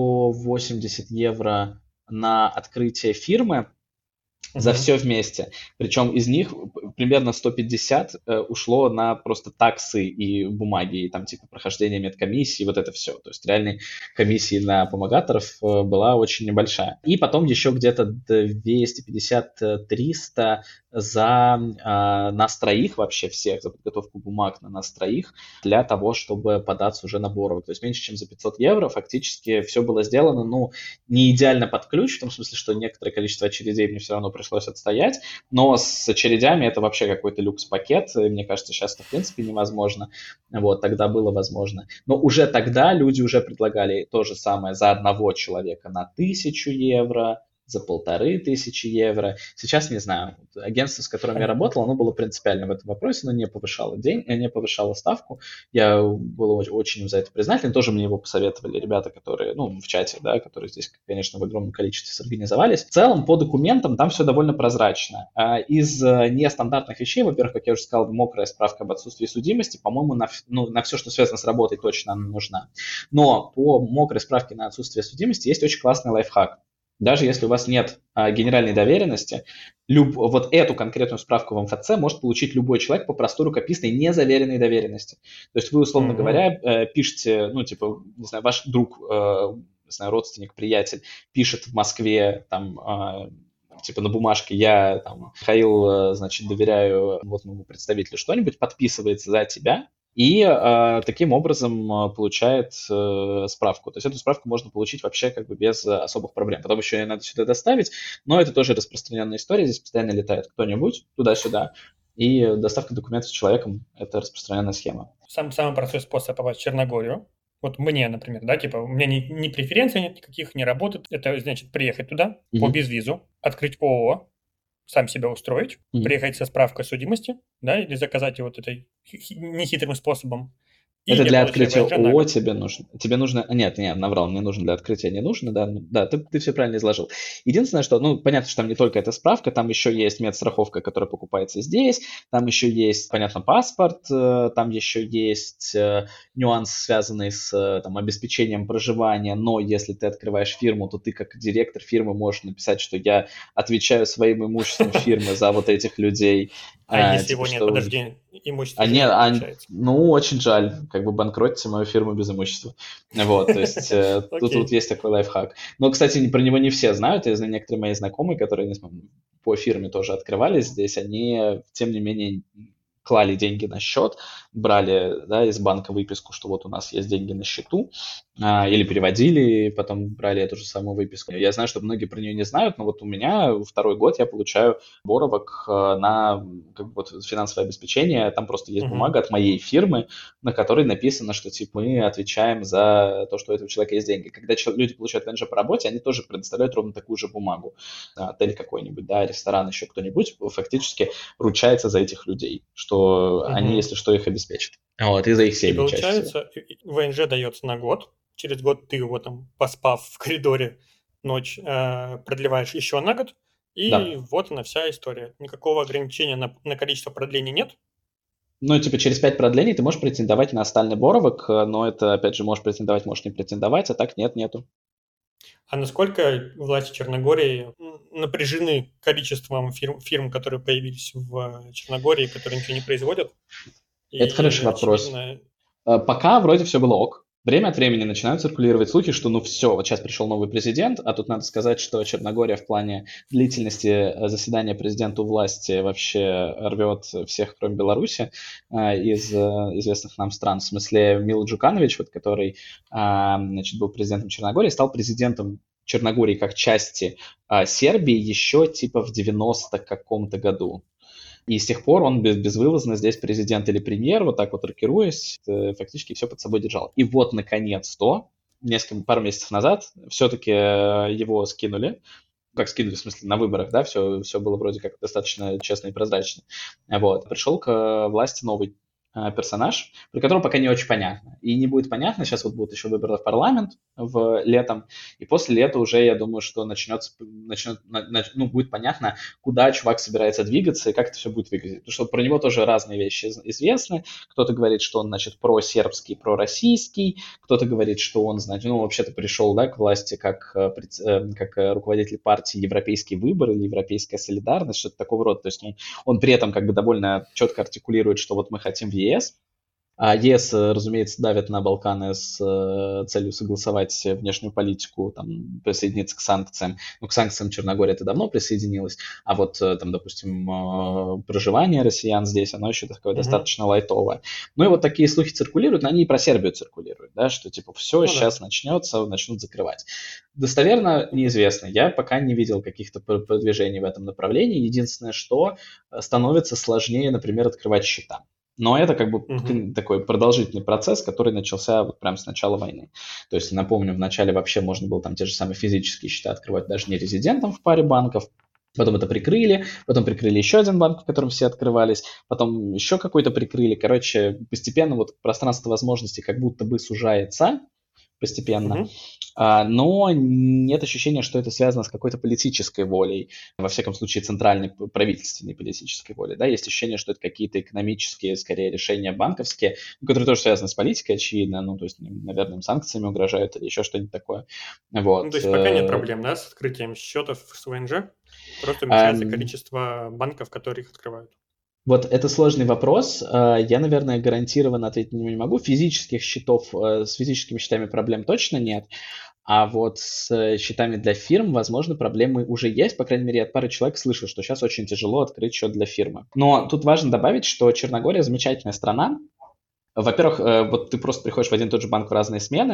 S2: 180 евро на открытие фирмы, за все вместе. Причем из них примерно 150 ушло на просто таксы и бумаги, и там типа прохождение медкомиссии, вот это все. То есть реальной комиссии на помогаторов была очень небольшая. И потом еще где-то 250-300 за нас троих вообще всех, за подготовку бумаг на нас троих, для того, чтобы податься уже на боровик. То есть меньше, чем за 500 евро фактически все было сделано, ну, не идеально под ключ, в том смысле, что некоторое количество очередей мне все равно пришлось отстоять, но с очередями это вообще какой-то люкс-пакет, и мне кажется, сейчас это в принципе невозможно, вот, тогда было возможно. Но уже тогда люди уже предлагали то же самое за одного человека на 1000 евро, за 1500 евро. Сейчас не знаю. Агентство, с которым я работал, оно было принципиально в этом вопросе, но не повышало не повышало ставку. Я был очень им за это признателен. Тоже мне его посоветовали ребята, которые, ну, в чате, да, которые здесь, конечно, в огромном количестве сорганизовались. В целом, по документам там все довольно прозрачно. Из нестандартных вещей, во-первых, как я уже сказал, мокрая справка об отсутствии судимости, по-моему, на все, что связано с работой, точно она нужна. Но по мокрой справке на отсутствие судимости есть очень классный лайфхак. Даже если у вас нет генеральной доверенности, вот эту конкретную справку в МФЦ может получить любой человек по простой рукописной незаверенной доверенности. То есть вы, условно говоря, пишете, ну, типа, не знаю, ваш друг, не знаю, родственник, приятель пишет в Москве, там, типа на бумажке я, там, Михаил, значит, доверяю вот моему представителю что-нибудь, подписывается за тебя, и таким образом получает справку. То есть эту справку можно получить вообще как бы без особых проблем. Потом еще ее надо сюда доставить, но это тоже распространенная история. Здесь постоянно летает кто-нибудь туда-сюда, и доставка документов с человеком – это распространенная схема.
S1: Самый простой способ попасть в Черногорию. Вот мне, например, да, типа, у меня ни преференций нет никаких, не работает. Это значит приехать туда по безвизу, открыть ООО, сам себя устроить, приехать со справкой о судимости, да, или заказать ее вот этой нехитрым способом, И
S2: Это
S1: я
S2: для
S1: получаю
S2: открытия
S1: ВНЖ на
S2: ООО
S1: год.
S2: тебе нужно. Тебе нужно. Нет, наврал, мне нужно для открытия не нужно, да. Да, ты все правильно изложил. Единственное, что, ну, понятно, что там не только эта справка, там еще есть медстраховка, которая покупается здесь, там еще есть, понятно, паспорт, там еще есть нюанс, связанный с там, обеспечением проживания, но если ты открываешь фирму, то ты как директор фирмы можешь написать, что я отвечаю своим имуществом фирмы за вот этих людей,
S1: А если
S2: типа,
S1: его нет,
S2: что
S1: подожди, имущества
S2: а
S1: же
S2: нет,
S1: нет, получается.
S2: ну, очень жаль, как бы банкротите мою фирму без имущества. Вот, то есть тут
S1: Окей.
S2: есть такой лайфхак. Но, кстати, про него не все знают. Я знаю некоторые мои знакомые, которые не знаю, по фирме тоже открывались здесь, они, тем не менее, клали деньги на счет, брали, да, из банка выписку, что вот у нас есть деньги на счету, или переводили, и потом брали эту же самую выписку. Я знаю, что многие про нее не знают, но вот у меня второй год я получаю боровок на как бы, вот, финансовое обеспечение. Там просто есть
S1: Мгм.
S2: бумага от моей фирмы, на которой написано, что типа мы отвечаем за то, что у этого человека есть деньги. Когда люди получают ВНЖ по работе, они тоже предоставляют ровно такую же бумагу. Отель какой-нибудь, да, ресторан, еще кто-нибудь фактически ручается за этих людей, что они,
S1: Мгм.
S2: если что, их обеспечат. Вот, и за их
S1: И
S2: семьи чаще всего.
S1: получается, ВНЖ дается на год. Через год ты его там, поспав в коридоре ночь, продлеваешь еще на год. И
S2: Да.
S1: вот она вся история. Никакого ограничения на количество продлений нет.
S2: Ну, типа, через 5 продлений ты можешь претендовать на стальный боровок, но это, опять же, можешь претендовать, можешь не претендовать, а так нет, нету.
S1: А насколько власти Черногории напряжены количеством фирм, которые появились в Черногории, которые ничего не производят?
S2: Это
S1: И,
S2: хороший вопрос.
S1: очевидно,
S2: Пока вроде все было ок. Время от времени начинают циркулировать слухи, что ну все, вот сейчас пришел новый президент, а тут надо сказать, что Черногория в плане длительности заседания президента у власти вообще рвет всех, кроме Беларуси, из известных нам стран. В смысле, Мило Джуканович, вот, который значит, был президентом Черногории, стал президентом Черногории как части Сербии еще типа в 90 каком-то году. И с тех пор он безвылазно здесь президент или премьер, вот так вот рокируясь, фактически все под собой держал. И вот, наконец-то, пару месяцев назад, все-таки его скинули, как скинули, в смысле, на выборах, да, все было вроде как достаточно честно и прозрачно. Вот. Пришел к власти новый персонаж, при котором пока не очень понятно. И не будет понятно, сейчас вот будут еще выборы в парламент летом, и после лета уже, я думаю, что ну, будет понятно, куда чувак собирается двигаться и как это все будет выглядеть. Потому что про него тоже разные вещи известны. Кто-то говорит, что он, значит, просербский, пророссийский, кто-то говорит, что он, значит, ну, вообще-то пришел, да, к власти как руководитель партии «Европейский выбор» или «Европейская солидарность», что-то такого рода. То есть он при этом как бы довольно четко артикулирует, что вот мы хотим в ЕС, а ЕС, разумеется, давит на Балканы с целью согласовать внешнюю политику, там, присоединиться к санкциям. Ну, к санкциям Черногория это давно присоединилась, а вот, там, допустим, проживание россиян здесь, оно еще такое
S1: мгм.
S2: достаточно лайтовое. Ну и вот такие слухи циркулируют, но они и про Сербию циркулируют, да, что типа все,
S1: Ну да.
S2: сейчас начнется, начнут закрывать. Достоверно неизвестно. Я пока не видел каких-то продвижений в этом направлении. Единственное, что становится сложнее, например, открывать счета. Но это как бы
S1: Мгм.
S2: такой продолжительный процесс, который начался вот прямо с начала войны. То есть, напомню, вначале вообще можно было там те же самые физические счета открывать даже не резидентам в паре банков. Потом это прикрыли, потом прикрыли еще один банк, в котором все открывались, потом еще какой-то прикрыли. Короче, постепенно вот пространство возможностей как будто бы сужается постепенно,
S1: Мгм.
S2: но нет ощущения, что это связано с какой-то политической волей, во всяком случае центральной правительственной политической волей. Да? Есть ощущение, что это какие-то экономические, скорее, решения банковские, которые тоже связаны с политикой, очевидно, ну, то есть, наверное, им санкциями угрожают или еще что-нибудь такое.
S1: Ну, то
S2: Вот.
S1: есть пока нет проблем, да, с открытием счетов с ВНЖ, просто уменьшается
S2: Эм,
S1: количество банков, которые их открывают.
S2: Вот это сложный вопрос. Я, наверное, гарантированно ответить на него не могу. Физических счетов, с физическими счетами проблем точно нет. А вот с счетами для фирм, возможно, проблемы уже есть. По крайней мере, я от пары человек слышал, что сейчас очень тяжело открыть счет для фирмы. Но тут важно добавить, что Черногория замечательная страна. Во-первых, вот ты просто приходишь в один и тот же банк в разные смены,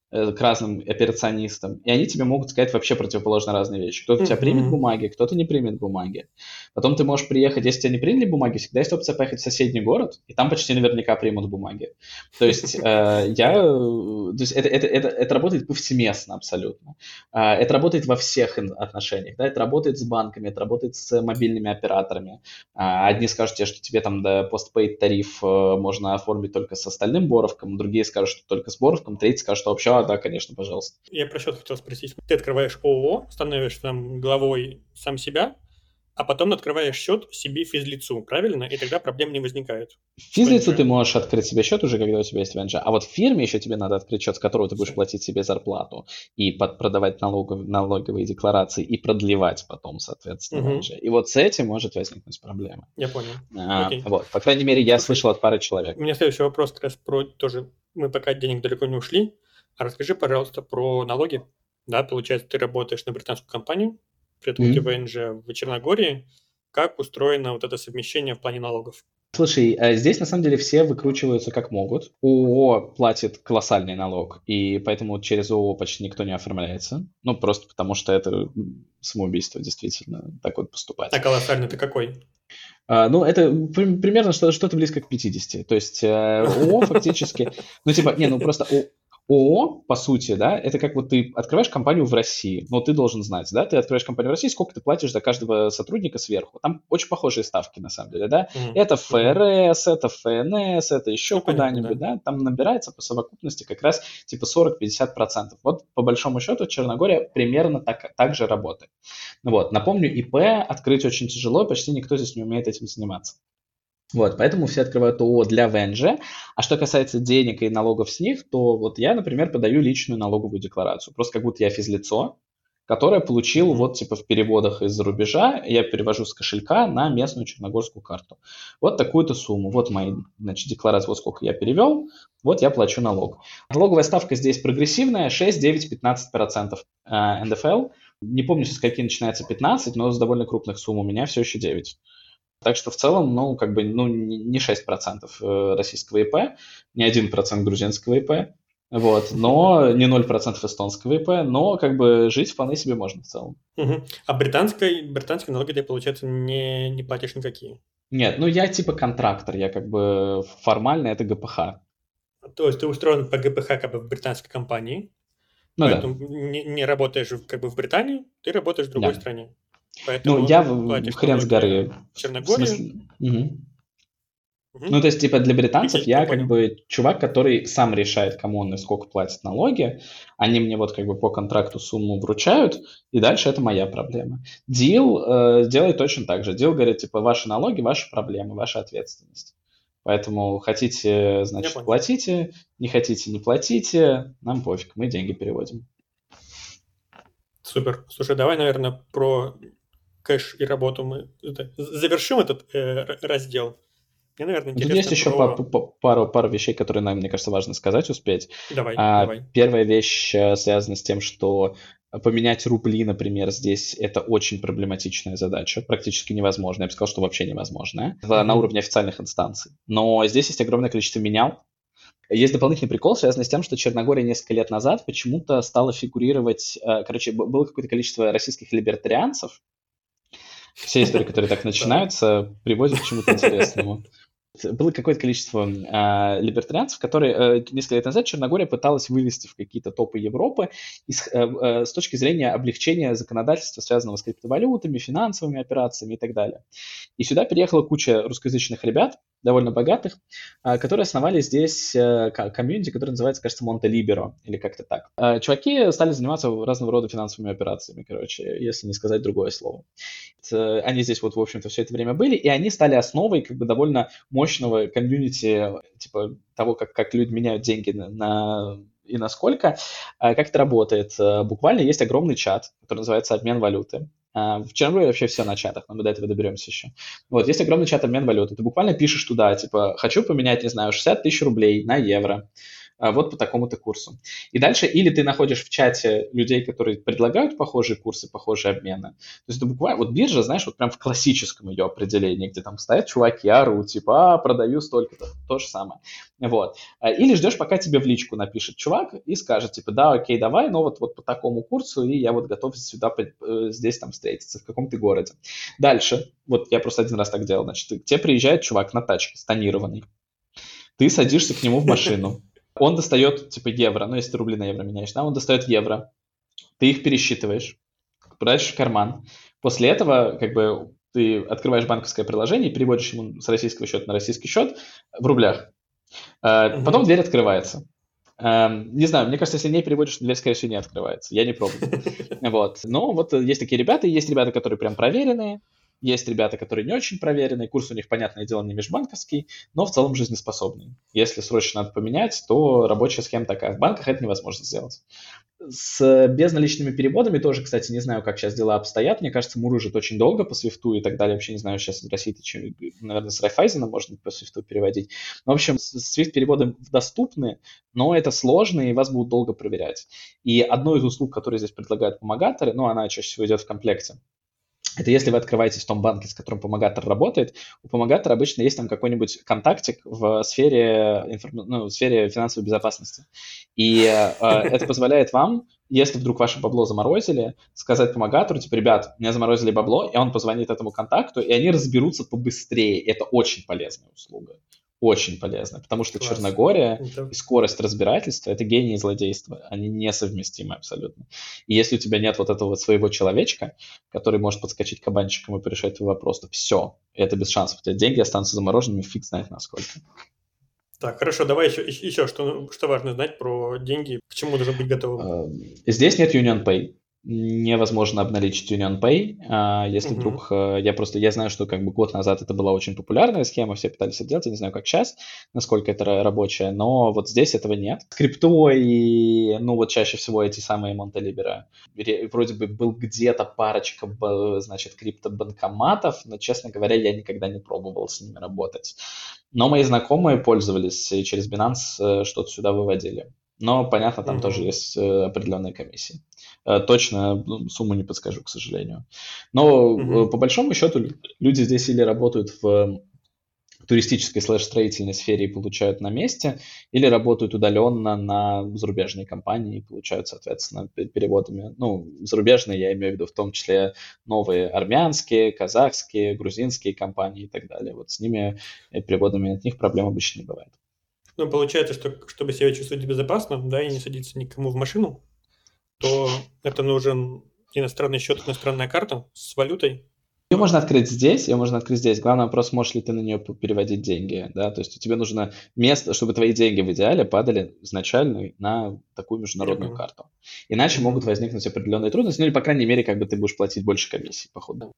S2: к разным операционистам, и они тебе могут сказать вообще противоположно разные вещи. Кто-то у тебя примет
S1: Мгм.
S2: бумаги, кто-то не примет бумаги. Потом ты можешь приехать, если тебя не приняли бумаги, всегда есть опция поехать в соседний город, и там почти наверняка примут бумаги. То есть
S1: Понятно.
S2: то есть это работает повсеместно абсолютно. Это работает во всех отношениях. Да? Это работает с банками, это работает с мобильными операторами. Одни скажут тебе, что тебе там постпейд тариф можно оформить только с остальным боровком, другие скажут, что только с боровком, третий скажет, что вообще, да, конечно, пожалуйста.
S1: Я про счет хотел спросить. Ты открываешь ООО, становишься там главой сам себя, а потом открываешь счет себе физлицу, правильно? И тогда проблем не возникает
S2: В
S1: с
S2: физлицу
S1: ВНЖ.
S2: ты можешь открыть себе счет уже, когда у тебя есть ВНЖ, а вот в фирме еще тебе надо открыть счет, с которого ты будешь
S1: Всё.
S2: платить себе зарплату и продавать налоговые декларации и продлевать потом, соответственно,
S1: Мгм.
S2: ВНЖ. И вот с этим может возникнуть проблема.
S1: Я понял. Окей.
S2: Вот, по крайней мере, я
S1: Слушай,
S2: слышал от пары человек.
S1: у меня следующий вопрос как раз про тоже. Мы пока от денег далеко не ушли. А расскажи, пожалуйста, про налоги. Да, получается, ты работаешь на британскую компанию, при этом у тебя
S2: Мгм.
S1: ВНЖ в Черногории. Как устроено вот это совмещение в плане налогов?
S2: Слушай, здесь на самом деле все выкручиваются как могут. ООО платит колоссальный налог, и поэтому через ООО почти никто не оформляется. Ну, просто потому что это самоубийство, действительно, так вот
S1: А
S2: поступать.
S1: колоссальный ты какой?
S2: Ну, это примерно что-то близко к 50. То есть ООО фактически, ну, типа, не, ну просто ООО, по сути, да, это как вот ты открываешь компанию в России, но ты должен знать, да, ты открываешь компанию в России, сколько ты платишь за каждого сотрудника сверху. Там очень похожие ставки, на самом деле, да.
S1: Мгм.
S2: Это
S1: Мгм.
S2: ФРС, это ФНС, это еще
S1: Ну, понятно,
S2: куда-нибудь,
S1: да.
S2: да. Там набирается по совокупности как раз типа 40-50%. Вот по большому счету Черногория примерно так же работает. Вот. Напомню, ИП открыть очень тяжело, почти никто здесь не умеет этим заниматься. Вот, поэтому все открывают ООО для ВНЖ. А что касается денег и налогов с них, то вот я, например, подаю личную налоговую декларацию. Просто как будто я физлицо, которое получил
S1: Мгм.
S2: вот типа в переводах из-за рубежа, я перевожу с кошелька на местную черногорскую карту. Вот такую-то сумму. Вот мои, значит, декларации, вот сколько я перевел, вот я плачу налог. Налоговая ставка здесь прогрессивная, 6, 9, 15% НДФЛ. Не помню, со скольки начинается 15, но с довольно крупных сумм у меня все еще 9. Так что в целом, ну, как бы, ну, не 6% российского ИП, не 1% грузинского ИП, вот, но не 0% эстонского ИП, но как бы жить вполне себе можно в целом.
S1: Мгм. А британские налоги ты, получается, не платишь никакие.
S2: Нет, ну я типа контрактор, я как бы формально это ГПХ.
S1: То есть ты устроен по ГПХ как бы в британской компании,
S2: Ну да,
S1: поэтому не работаешь как бы в Британии, ты работаешь в другой
S2: да.
S1: стране.
S2: Ну я
S1: Поэтому платишь
S2: хрен с
S1: налоги
S2: горы,
S1: в
S2: в
S1: Черногории.
S2: смысле. Мгм. Ну,
S1: Мгм.
S2: то есть, типа, для британцев
S1: Окей, я
S2: я как
S1: понял.
S2: бы чувак, который сам решает, кому он и сколько платит налоги. Они мне вот как бы по контракту сумму вручают, и дальше это моя проблема. Дил делает точно так же. Дил говорит, типа, ваши налоги, ваши проблемы, ваша ответственность. Поэтому хотите,
S1: Я
S2: значит,
S1: понял.
S2: платите, не хотите, не платите, нам пофиг, мы деньги переводим.
S1: Супер. Слушай, давай, наверное, про кэш и работу мы завершим этот раздел. Мне, наверное,
S2: Ну, тут есть
S1: интересно
S2: еще
S1: про...
S2: пару вещей, которые нам, мне кажется, важно сказать, успеть.
S1: Давай, давай.
S2: Первая вещь связана с тем, что поменять рубли, например, здесь это очень проблематичная задача, практически невозможно. Я бы сказал, что вообще невозможно на
S1: Мгм.
S2: уровне официальных инстанций. Но здесь есть огромное количество менял. Есть дополнительный прикол, связанный с тем, что Черногория несколько лет назад почему-то стала фигурировать, короче, было какое-то количество российских либертарианцев. Все истории, которые так
S1: Так.
S2: начинаются, приводят к чему-то интересному. Было какое-то количество либертарианцев, которые несколько лет назад Черногория пыталась вывести в какие-то топы Европы с точки зрения облегчения законодательства, связанного с криптовалютами, финансовыми операциями и так далее. И сюда переехала куча русскоязычных ребят, довольно богатых, которые основали здесь комьюнити, который называется, кажется, Монте-Либеро, или как-то так. Чуваки стали заниматься разного рода финансовыми операциями, короче, если не сказать другое слово. Они здесь вот, в общем-то, все это время были, и они стали основой как бы довольно мощного комьюнити, типа того, как люди меняют деньги и насколько. Как это работает? Буквально есть огромный чат, который называется «Обмен валюты». В Черногории вообще все на чатах, но мы до этого доберемся еще. Вот, есть огромный чат «Обмен валюты». Ты буквально пишешь туда, типа, хочу поменять, не знаю, 60 тысяч рублей на евро. вот по такому-то курсу. И дальше или ты находишь в чате людей, которые предлагают похожие курсы, похожие обмены. То есть это буквально, вот биржа, знаешь, вот прям в классическом ее определении, где там стоят чуваки, орут, типа, продаю столько-то, то же самое. Вот. Или ждешь, пока тебе в личку напишет чувак и скажет, типа, да, окей, давай, но вот по такому курсу, и я вот готов сюда, здесь там встретиться, в каком-то городе. Дальше, вот я просто один раз так делал, значит, к тебе приезжает чувак на тачке, с тонированный. Ты садишься к нему в машину, он достает, типа, евро, ну, если ты рубли на евро меняешь, да, он достает евро, ты их пересчитываешь, прячешь в карман. После этого, как бы, ты открываешь банковское приложение и переводишь ему с российского счета на российский счет в рублях. Потом дверь открывается. Не знаю, мне кажется, если не переводишь, дверь, скорее всего, не открывается. Я не пробовал. Вот. Но вот есть такие ребята, и есть ребята, которые прям проверенные, есть ребята, которые не очень проверенные, курс у них, понятное дело, не межбанковский, но в целом жизнеспособный. Если срочно надо поменять, то рабочая схема такая. В банках это невозможно сделать. С безналичными переводами тоже, кстати, не знаю, как сейчас дела обстоят. Мне кажется, мурыжит очень долго по свифту и так далее. Вообще не знаю, сейчас в России, наверное, с Райфайзена можно по свифту переводить. Но, в общем, свифт-переводы доступны, но это сложно, и вас будут долго проверять. И одну из услуг, которые здесь предлагают помогаторы, ну, она чаще всего идет в комплекте, это если вы открываетесь в том банке, с которым помогатор работает, у помогатора обычно есть там какой-нибудь контактик в сфере, в сфере финансовой безопасности. И это позволяет вам, если вдруг ваше бабло заморозили, сказать помогатору, типа, ребят, меня заморозили бабло, и он позвонит этому контакту, и они разберутся побыстрее. Это очень полезная услуга. Очень полезно, потому что
S1: Класс.
S2: Черногория и скорость разбирательства – это гений злодейства, они несовместимы абсолютно. И если у тебя нет вот этого своего человечка, который может подскочить кабанчиком и порешать твой вопрос, то все, это без шансов. У тебя деньги останутся замороженными, фиг знает насколько.
S1: Так, хорошо, давай еще что важно знать про деньги, к чему нужно быть готовым.
S2: Здесь нет UnionPay. Невозможно обналичить UnionPay. Если вдруг я знаю, что как бы год назад это была очень популярная схема, все пытались это делать, я не знаю, как сейчас, насколько это рабочая, но вот здесь этого нет. С криптой и, ну, вот чаще всего эти самые Монтелиберы. Вроде бы был где-то парочка, значит, криптобанкоматов, но, честно говоря, я никогда не пробовал с ними работать. Но мои знакомые пользовались и через Binance что-то сюда выводили. Но, понятно, там тоже есть определенные комиссии. Точно сумму не подскажу, к сожалению. Но по большому счету люди здесь или работают в туристической /строительной сфере и получают на месте, или работают удаленно на зарубежные компании и получают, соответственно, переводами. Ну, зарубежные я имею в виду в том числе новые армянские, казахские, грузинские компании и так далее. Вот с ними, переводами от них проблем обычно не бывает.
S1: Ну, получается, что чтобы себя чувствовать безопасно, да, и не садиться никому в машину, то это нужен иностранный счет, иностранная карта с валютой.
S2: Ее можно открыть здесь. Главный вопрос, можешь ли ты на нее переводить деньги, да, то есть тебе нужно место, чтобы твои деньги в идеале падали изначально на такую международную карту. Иначе могут возникнуть определенные трудности, ну или, по крайней мере, как бы ты будешь платить больше комиссий, походу.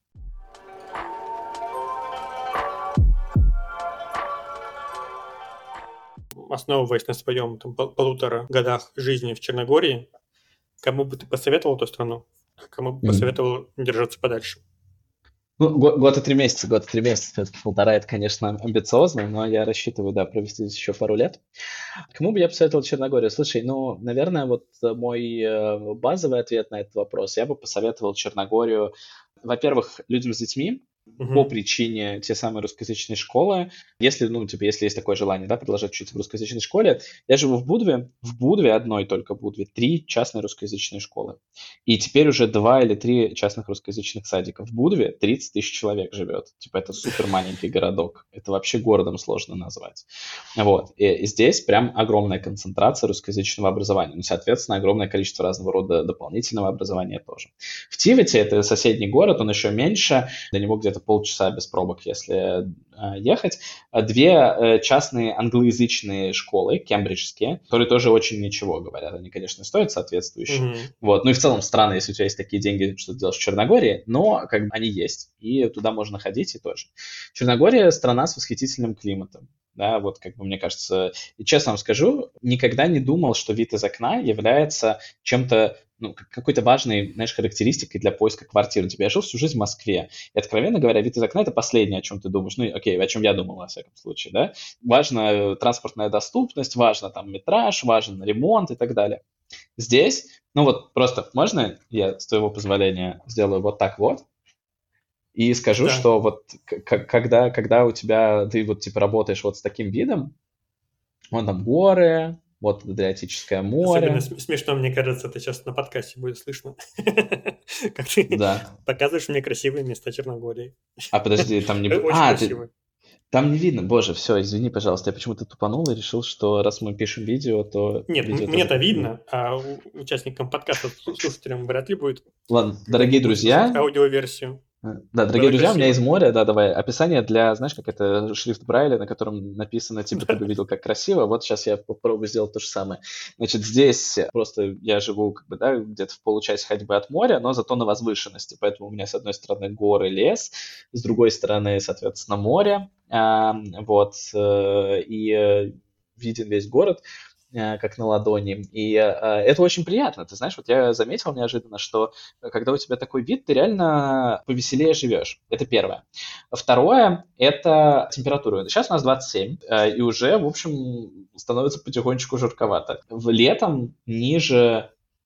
S1: Основываясь на своем там, 1,5 годах жизни в Черногории, кому бы ты посоветовал эту страну, кому бы посоветовал держаться подальше?
S2: Ну, год и 3 месяца. Все-таки 1,5 это, конечно, амбициозно, но я рассчитываю, да, провести здесь еще пару лет. Кому бы я посоветовал Черногорию? Слушай, ну, наверное, вот мой базовый ответ на этот вопрос, я бы посоветовал Черногорию, во-первых, людям с детьми, по причине те самые русскоязычной школы. Если, ну, типа, если есть такое желание, да, продолжать учиться в русскоязычной школе. Я живу в Будве, одной только Будве, 3 частные русскоязычные школы. И теперь уже 2 или 3 частных русскоязычных садика. В Будве 30 тысяч человек живет. Типа, это супер маленький городок. Это вообще городом сложно назвать. Вот. И здесь прям огромная концентрация русскоязычного образования. Ну, соответственно, огромное количество разного рода дополнительного образования тоже. В Тивете, это соседний город, он еще меньше, до него где-то полчаса без пробок, если ехать. 2 частные англоязычные школы, кембриджские, которые тоже очень ничего говорят. Они, конечно, стоят соответствующие. Вот. Ну и в целом странно, если у тебя есть такие деньги, что ты делаешь в Черногории, но как бы они есть, и туда можно ходить и тоже. Черногория — страна с восхитительным климатом. Да, вот как бы мне кажется, и честно вам скажу, никогда не думал, что вид из окна является чем-то, ну, какой-то важной, знаешь, характеристикой для поиска квартиры. Типа, я жил всю жизнь в Москве, и, откровенно говоря, вид из окна — это последнее, о чем ты думаешь. Ну, окей, о чем я думал, во всяком случае, да. Важна транспортная доступность, важно там метраж, важен ремонт и так далее. Здесь, ну вот просто можно я, с твоего позволения, сделаю вот так вот, и скажу,
S1: Да.
S2: что вот когда у тебя, ты вот типа работаешь вот с таким видом, вон там горы, вот Адриатическое
S1: Особенно
S2: море,
S1: смешно, мне кажется, это сейчас на подкасте будет слышно. Как ты
S2: да.
S1: показываешь мне красивые места Черногории.
S2: А подожди, там не...
S1: Очень красиво.
S2: там не видно. Боже, все, извини, пожалуйста, я почему-то тупанул и решил, что раз мы пишем видео, то
S1: Нет,
S2: видео тоже
S1: мне-то
S2: как-то будет.
S1: видно, а участникам подкаста, слушателям вряд ли будет,
S2: Ладно,
S1: когда они
S2: дорогие
S1: будут слушать
S2: друзья,
S1: аудиоверсию.
S2: да, дорогие
S1: Было
S2: друзья, у меня из
S1: красиво.
S2: моря, да, давай, описание для, знаешь, как это шрифт Брайля, на котором написано, типа, ты бы видел, как красиво. Вот сейчас я попробую сделать то же самое. Значит, здесь просто я живу, как бы, да, где-то в получасе ходьбы от моря, но зато на возвышенности, поэтому у меня с одной стороны горы, лес, с другой стороны, соответственно, море, вот, и виден весь город, как на ладони. И это очень приятно. Ты знаешь, вот я заметил неожиданно, что когда у тебя такой вид, ты реально повеселее живешь. Это первое. Второе — это температура. Сейчас у нас 27, и уже, в общем, становится потихонечку жарковато. Летом ниже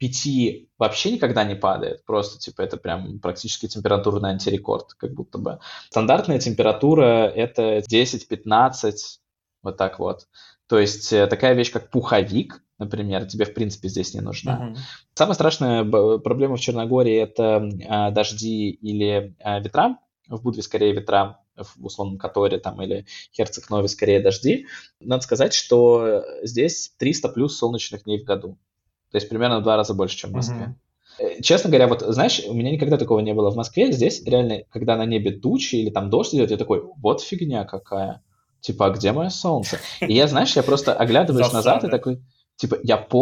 S2: 5 вообще никогда не падает. Просто, типа, это прям практически температурный антирекорд, как будто бы. Стандартная температура — это 10-15, вот так вот. То есть такая вещь, как пуховик, например, тебе в принципе здесь не нужна.
S1: Мгм.
S2: Самая страшная проблема в Черногории — это дожди или ветра. В Будве скорее ветра, в условном Которе там, или Херцег-Нови скорее дожди. Надо сказать, что здесь 300 плюс солнечных дней в году. То есть примерно в 2 раза больше, чем в Москве.
S1: Мгм.
S2: Честно говоря, вот знаешь, у меня никогда такого не было в Москве. Здесь реально, когда на небе тучи или там дождь идет, я такой, вот фигня какая. Типа, а где мое солнце? И я, знаешь, я просто оглядываюсь назад и
S1: Засада.
S2: такой, типа,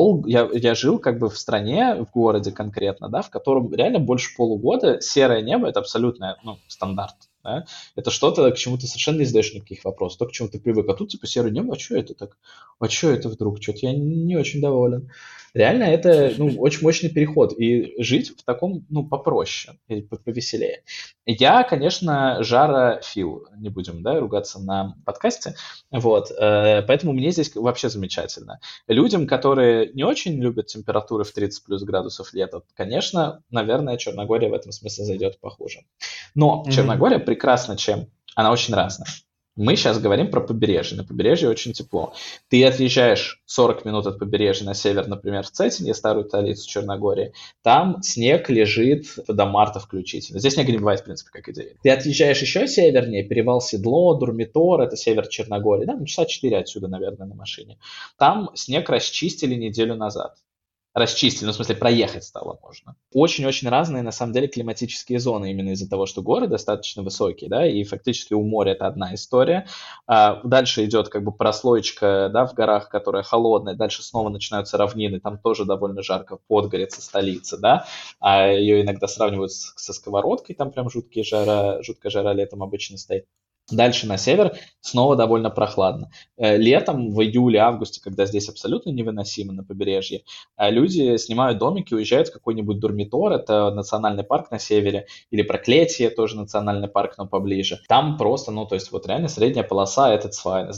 S2: я жил как бы в стране, в городе конкретно, да, в котором реально больше полугода серое небо — это абсолютно, ну, стандарт. Да? Это что-то, к чему ты совершенно не задаешь никаких вопросов, то, к чему ты привык. А тут, типа, серое небо, а что это так? А что это вдруг? Что-то я не очень доволен. Реально это, ну, очень мощный переход. И жить в таком, ну, попроще, и повеселее. Я, конечно, жарофил, не будем, да, ругаться на подкасте, вот, поэтому мне здесь вообще замечательно. Людям, которые не очень любят температуры в 30 плюс градусов лета, конечно, наверное, Черногория в этом смысле зайдет похуже. Но
S1: Мгм.
S2: Черногория прекрасна чем? Она очень разная. Мы сейчас говорим про побережье. На побережье очень тепло. Ты отъезжаешь 40 минут от побережья на север, например, в Цетине, старую столицу Черногории. Там снег лежит до марта включительно. Здесь снега не бывает, в принципе, как идея. Ты отъезжаешь еще севернее, перевал Седло, Дурмитор, это север Черногории, да, ну, часа 4 отсюда, наверное, на машине. Там снег расчистили неделю назад. Расчистили, ну, в смысле, проехать стало можно. Очень-очень разные, на самом деле, климатические зоны, именно из-за того, что горы достаточно высокие, да, и фактически у моря это одна история. Дальше идет как бы прослоечка, да, в горах, которая холодная, дальше снова начинаются равнины, там тоже довольно жарко, Подгорица, столица, да, ее иногда сравнивают со сковородкой, там прям жуткая жара летом обычно стоит. Дальше на север снова довольно прохладно. Летом, в июле-августе, когда здесь абсолютно невыносимо на побережье, люди снимают домики, уезжают в какой-нибудь Дурмитор, это национальный парк на севере, или Проклятие, тоже национальный парк, но поближе. Там просто, ну, то есть вот реально средняя полоса — это Цвайнес.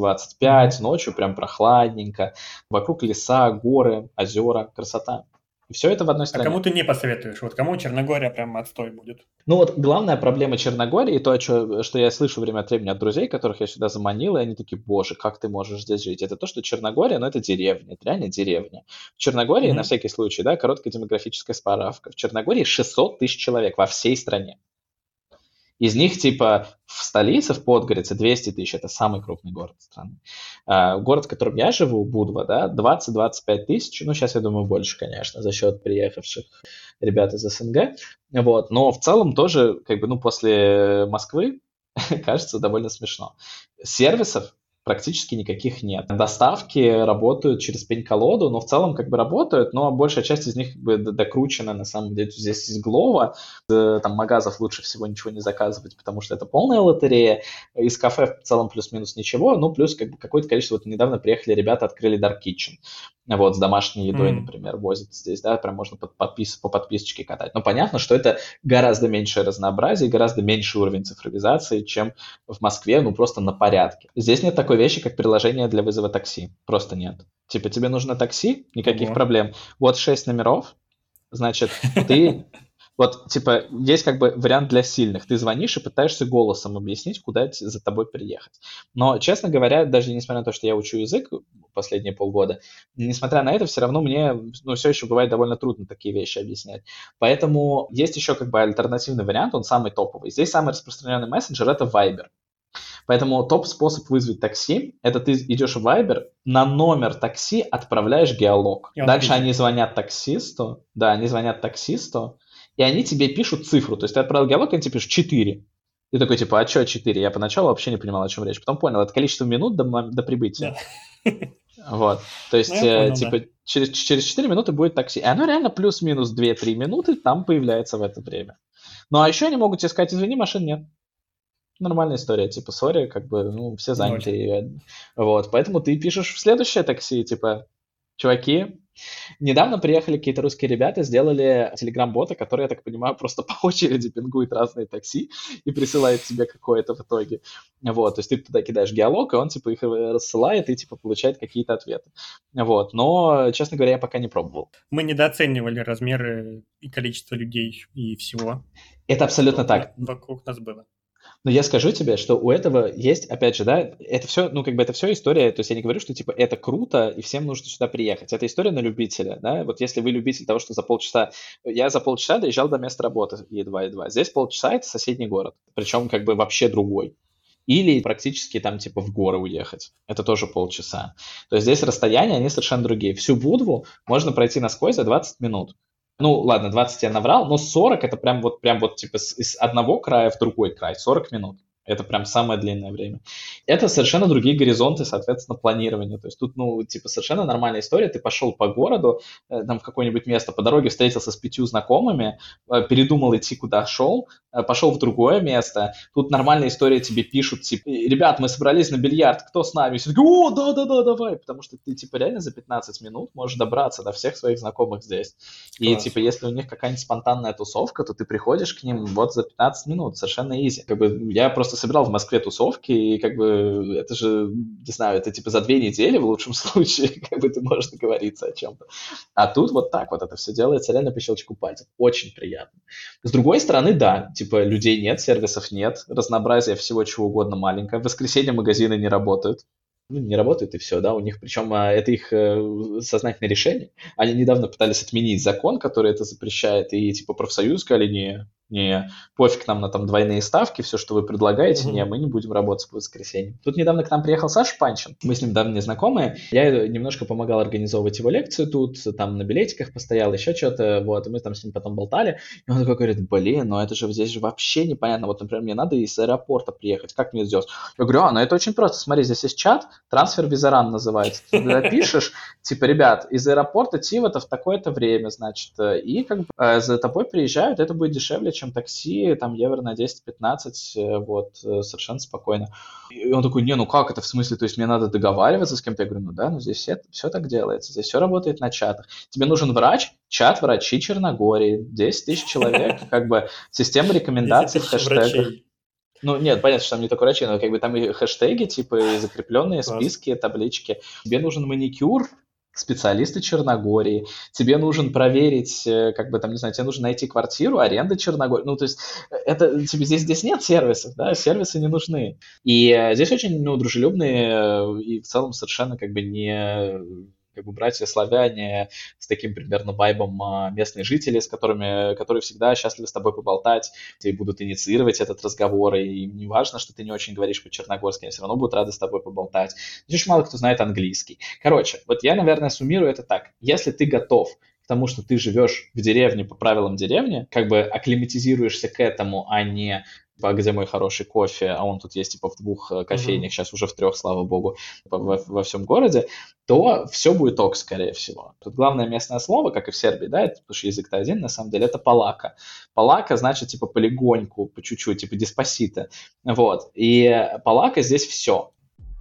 S2: 20-25,
S1: Мгм.
S2: ночью прям прохладненько, вокруг леса, горы, озера, красота. И все это в одной
S1: А кому
S2: стране.
S1: ты не посоветуешь? Вот кому Черногория прям отстой будет?
S2: Ну вот главная проблема Черногории, то, что я слышу время от времени от друзей, которых я сюда заманил, и они такие, боже, как ты можешь здесь жить? Это то, что Черногория, ну это деревня, это реально деревня. В Черногории, на
S1: Мгм.
S2: всякий случай, да, короткая демографическая справка, в Черногории 600 тысяч человек во всей стране. Из них, типа, в столице, в Подгорице, 200 тысяч, это самый крупный город страны. Город, в котором я живу, Будва, да, 20-25 тысяч, ну, сейчас, я думаю, больше, конечно, за счет приехавших ребят из СНГ, вот, но в целом тоже, как бы, ну, после Москвы, кажется довольно смешно. Сервисов практически никаких нет. Доставки работают через пень-колоду, но в целом как бы работают, но большая часть из них как бы докручена на самом деле. Здесь есть Glovo, там магазов лучше всего ничего не заказывать, потому что это полная лотерея. Из кафе в целом плюс-минус ничего, ну плюс как бы какое-то количество. Вот недавно приехали ребята, открыли Dark Kitchen. Вот, с домашней едой, например, возят здесь, да, прям можно по подписочке катать. Но понятно, что это гораздо меньшее разнообразие, гораздо меньший уровень цифровизации, чем в Москве, ну, просто на порядке. Здесь нет такой вещи, как приложение для вызова такси. Просто нет. Типа, тебе нужно такси, никаких проблем. Вот 6 номеров, значит, ты... Вот, типа, есть как бы вариант для сильных. Ты звонишь и пытаешься голосом объяснить, куда за тобой приехать. Но, честно говоря, даже несмотря на то, что я учу язык последние полгода, несмотря на это, все равно мне, ну, все еще бывает довольно трудно такие вещи объяснять. Поэтому есть еще как бы альтернативный вариант, он самый топовый. Здесь самый распространенный мессенджер — это Viber. Поэтому топ-способ вызвать такси — это ты идешь в Viber, на номер такси отправляешь геолог. Дальше они звонят таксисту, и они тебе пишут цифру. То есть ты отправил геолог, они тебе пишут 4. Ты такой, типа, а что 4? Я поначалу вообще не понимал, о чем речь. Потом понял, это количество минут до прибытия. Вот. То есть, типа, через 4 минуты будет такси. И оно реально плюс-минус 2-3 минуты там появляется в это время. Ну, а еще они могут тебе сказать, извини, машин нет. Нормальная история, типа, сори, как бы, ну, все заняты. Вот, поэтому ты пишешь в следующее такси, типа, чуваки, недавно приехали какие-то русские ребята, сделали телеграм-бота, который, я так понимаю, просто по очереди пингует разные такси и присылает тебе какое-то в итоге. Вот, то есть ты туда кидаешь геолог, и он, типа, их рассылает и, типа, получает какие-то ответы. Вот, но, честно говоря, я пока не пробовал.
S1: Мы недооценивали размеры и количество людей и всего.
S2: Это абсолютно так.
S1: Вокруг нас было.
S2: Но я скажу тебе, что у этого есть, опять же, да, это все, ну, как бы это все история, то есть я не говорю, что, типа, это круто, и всем нужно сюда приехать. Это история на любителя, да, вот если вы любитель того, что я за полчаса доезжал до места работы едва-едва. Здесь полчаса — это соседний город, причем как бы вообще другой. Или практически там, типа, в горы уехать. Это тоже полчаса. То есть здесь расстояния, они совершенно другие. Всю Будву можно пройти насквозь за 20 минут. Ну, ладно, 20 я наврал, но 40 это прям вот типа из одного края в другой край, 40 минут. Это прям самое длинное время. Это совершенно другие горизонты, соответственно, планирования. То есть тут, ну, типа, совершенно нормальная история. Ты пошел по городу, там, в какое-нибудь место, по дороге встретился с 5 знакомыми, передумал идти, куда шел, пошел в другое место. Тут нормальная история, тебе пишут, типа, ребят, мы собрались на бильярд, кто с нами? Все такие, о, да, давай. Потому что ты, типа, реально за 15 минут можешь добраться до всех своих знакомых здесь. И, типа, если у них какая-нибудь спонтанная тусовка, то ты приходишь к ним вот за 15 минут, совершенно изи. Как бы я просто собирал в Москве тусовки, и как бы это же, не знаю, это типа за 2 недели в лучшем случае, как бы ты можешь договориться о чем-то. А тут вот так вот это все делается реально по щелчку пальцев. Очень приятно. С другой стороны, да, типа людей нет, сервисов нет, разнообразие всего чего угодно маленькое. В воскресенье магазины не работают. Ну, не работают и все, да, у них, причем это их сознательное решение. Они недавно пытались отменить закон, который это запрещает, и типа профсоюз сказали, не, пофиг нам на там двойные ставки, все, что вы предлагаете, мы не будем работать по воскресеньям. Тут недавно к нам приехал Саша Панчин, мы с ним давно знакомые, я немножко помогал организовывать его лекцию тут, там на билетиках постоял, еще что-то, вот, и мы там с ним потом болтали, и он такой говорит, блин, ну это же здесь же вообще непонятно, вот, например, мне надо из аэропорта приехать, как мне это сделать? Я говорю, ну это очень просто, смотри, здесь есть чат, трансфер Визаран называется, ты туда пишешь, типа, ребят, из аэропорта Тива-то в такое-то время, значит, и как бы за тобой приезжают, это будет дешевле, чем такси, там, евро на 10-15, вот, совершенно спокойно. И он такой, ну как это, в смысле, то есть мне надо договариваться с кем-то? Я говорю, ну да, ну здесь все так делается, здесь все работает на чатах. Тебе нужен врач, чат врачи Черногории, 10 тысяч человек, как бы система рекомендаций в хэштегах. Ну, нет, понятно, что там не только врачи, но как бы там и хэштеги, типа, и закрепленные списки, таблички. Тебе нужен маникюр, специалисты Черногории, тебе нужен проверить, как бы там, не знаю, тебе нужно найти квартиру, аренда Черногории, ну, то есть это, типа, здесь нет сервисов, да, сервисы не нужны. И здесь очень, ну, дружелюбные и в целом совершенно как бы не... как бы братья-славяне с таким примерно вайбом местные жители, которые всегда счастливы с тобой поболтать, и будут инициировать этот разговор, и не важно, что ты не очень говоришь по-черногорски, они все равно будут рады с тобой поболтать. Здесь очень мало кто знает английский. Короче, вот я, наверное, суммирую это так. Если ты готов к тому, что ты живешь в деревне по правилам деревни, как бы акклиматизируешься к этому, а не а где мой хороший кофе, а он тут есть типа в 2 кофейнях, сейчас уже в 3, слава богу, во всем городе, то все будет ок, скорее всего. Тут главное местное слово, как и в Сербии, да, потому что язык-то один, на самом деле, это палака. Палака значит типа полегоньку, по чуть-чуть, типа деспасито. Вот. И палака здесь все.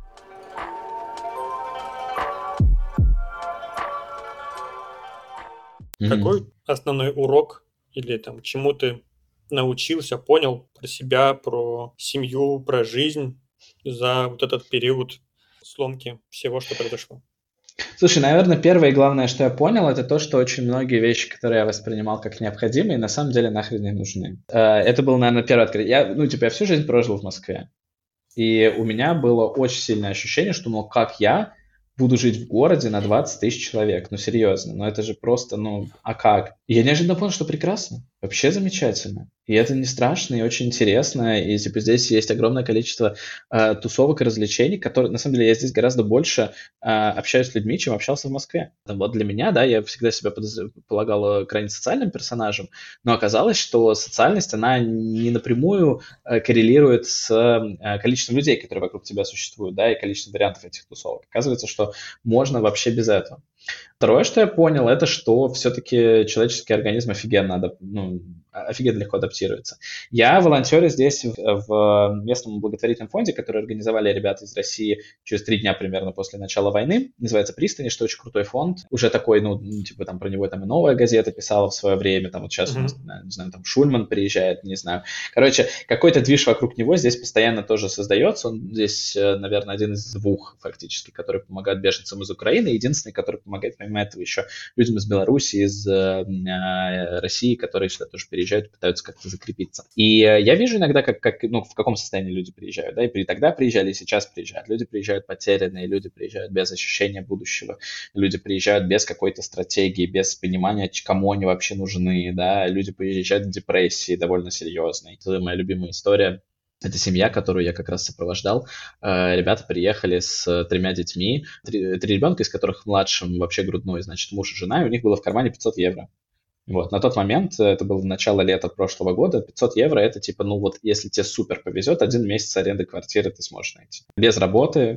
S1: Какой основной урок или там чему ты научился, понял про себя, про семью, про жизнь за вот этот период сломки всего, что произошло?
S2: Слушай, наверное, первое и главное, что я понял, это то, что очень многие вещи, которые я воспринимал как необходимые, на самом деле нахрен не нужны. Это было, наверное, первое открытие. Я всю жизнь прожил в Москве. И у меня было очень сильное ощущение, что, как я буду жить в городе на 20 тысяч человек? Ну, серьезно, это же просто, а как? И я неожиданно понял, что прекрасно, вообще замечательно. И это не страшно, и очень интересно, и типа здесь есть огромное количество тусовок и развлечений, которые, на самом деле, я здесь гораздо больше общаюсь с людьми, чем общался в Москве. Вот для меня, да, я всегда себя полагал крайне социальным персонажем, но оказалось, что социальность, она не напрямую коррелирует с количеством людей, которые вокруг тебя существуют, да, и количеством вариантов этих тусовок. Оказывается, что можно вообще без этого. Второе, что я понял, это что все-таки человеческий организм офигенно легко адаптируется. Я волонтерю здесь в местном благотворительном фонде, который организовали ребята из России через 3 дня примерно после начала войны. Называется «Пристани», что очень крутой фонд. Уже такой, там про него там и «Новая газета» писала в свое время. Там вот сейчас у нас, не знаю, там Шульман приезжает, не знаю. Короче, какой-то движ вокруг него здесь постоянно тоже создается. Он здесь, наверное, один из 2 фактически, который помогает беженцам из Украины. Единственный, который помогает, помимо этого, еще людям из Беларуси, из России, которые сюда тоже приезжают, пытаются как-то закрепиться. И я вижу иногда, в каком состоянии люди приезжают, да, и тогда приезжали, и сейчас приезжают. Люди приезжают потерянные, люди приезжают без ощущения будущего, люди приезжают без какой-то стратегии, без понимания, кому они вообще нужны, да, люди приезжают в депрессии довольно серьезной. Это моя любимая история. Это семья, которую я как раз сопровождал. Ребята приехали с 3 детьми, 3 ребенка, из которых младшим вообще грудной, значит, муж и жена, и у них было в кармане 500 евро. Вот, на тот момент, это было начало лета прошлого года, 500 евро, это типа, если тебе супер повезет, 1 месяц аренды квартиры ты сможешь найти. Без работы,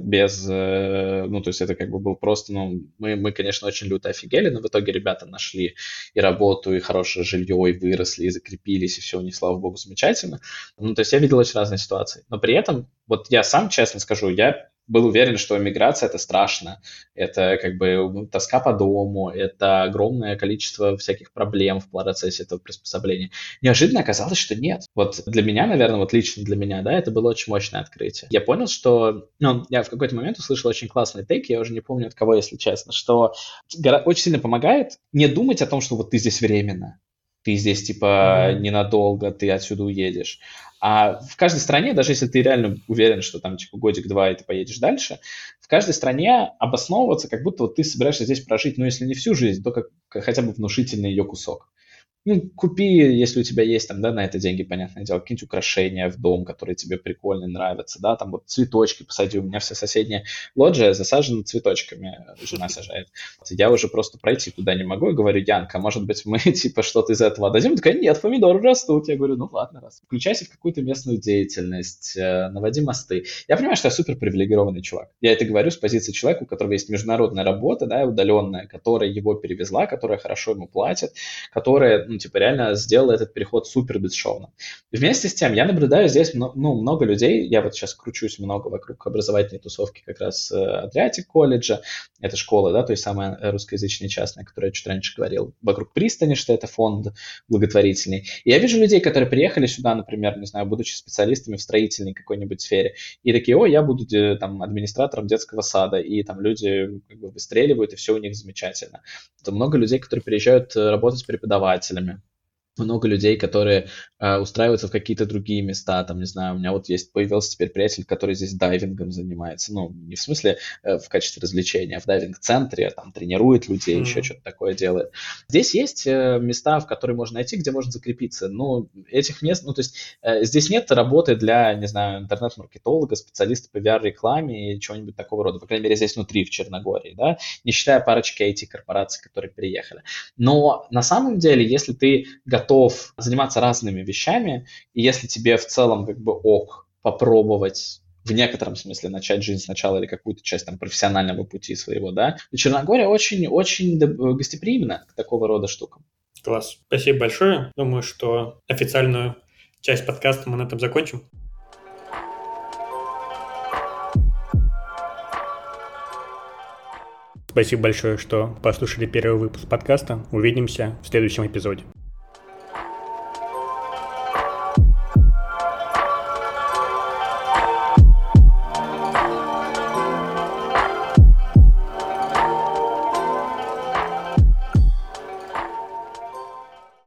S2: то есть это как бы был просто, мы, конечно, очень люто офигели, но в итоге ребята нашли и работу, и хорошее жилье, и выросли, и закрепились, и все у них, слава богу, замечательно. То есть я видел очень разные ситуации. Но при этом, вот я сам, честно скажу, я был уверен, что миграция – это страшно, это как бы тоска по дому, это огромное количество всяких проблем в процессе этого приспособления. Неожиданно оказалось, что нет. Вот для меня, наверное, вот лично для меня, да, это было очень мощное открытие. Я понял, что, я в какой-то момент услышал очень классный тейк, я уже не помню от кого, если честно, что очень сильно помогает не думать о том, что вот ты здесь временно, ты здесь типа ненадолго, ты отсюда уедешь. А в каждой стране, даже если ты реально уверен, что там типа годик-два и ты поедешь дальше, в каждой стране обосновываться, как будто вот ты собираешься здесь прожить, если не всю жизнь, то хотя бы внушительный ее кусок. Купи, если у тебя есть там, да, на это деньги, понятное дело, какие-нибудь украшения в дом, которые тебе прикольно нравятся, да, там вот цветочки посади. У меня вся соседняя лоджия засажена цветочками, жена сажает. Я уже просто пройти туда не могу и говорю: Янка, может быть, мы типа что-то из этого отдадим? Такая: нет, помидоры растут. Я говорю: ладно, раз. Включайся в какую-то местную деятельность, наводи мосты. Я понимаю, что я супер привилегированный чувак. Я это говорю с позиции человека, у которого есть международная работа, да, удаленная, которая его перевезла, которая хорошо ему платит, которая реально сделала этот переход супер бесшовно. Вместе с тем, я наблюдаю здесь много людей, я вот сейчас кручусь много вокруг образовательной тусовки как раз Адриатик колледжа, это школа, да, то есть самая русскоязычная частная, о которой я чуть раньше говорил, вокруг Пристани, что это фонд благотворительный. И я вижу людей, которые приехали сюда, например, не знаю, будучи специалистами в строительной какой-нибудь сфере, и такие: я буду там администратором детского сада, и там люди как бы выстреливают, и все у них замечательно. Это много людей, которые приезжают работать преподавателями, много людей, которые устраиваются в какие-то другие места, там, не знаю, у меня вот появился теперь приятель, который здесь дайвингом занимается, не в смысле в качестве развлечения, а в дайвинг-центре, там, тренирует людей, еще что-то такое делает. Здесь есть места, в которые можно найти, где можно закрепиться, этих мест, то есть здесь нет работы для, не знаю, интернет-маркетолога, специалиста по VR-рекламе и чего-нибудь такого рода, по крайней мере, здесь внутри, в Черногории, да, не считая парочки IT-корпораций, которые приехали. Но на самом деле, если ты готов готов заниматься разными вещами, и если тебе в целом как бы попробовать в некотором смысле начать жизнь сначала или какую-то часть там профессионального пути своего, да, то Черногория очень гостеприимна к такого рода штукам.
S1: Класс. Спасибо большое. Думаю, что официальную часть подкаста мы на этом закончим. Спасибо большое, что послушали первый выпуск подкаста. Увидимся в следующем эпизоде.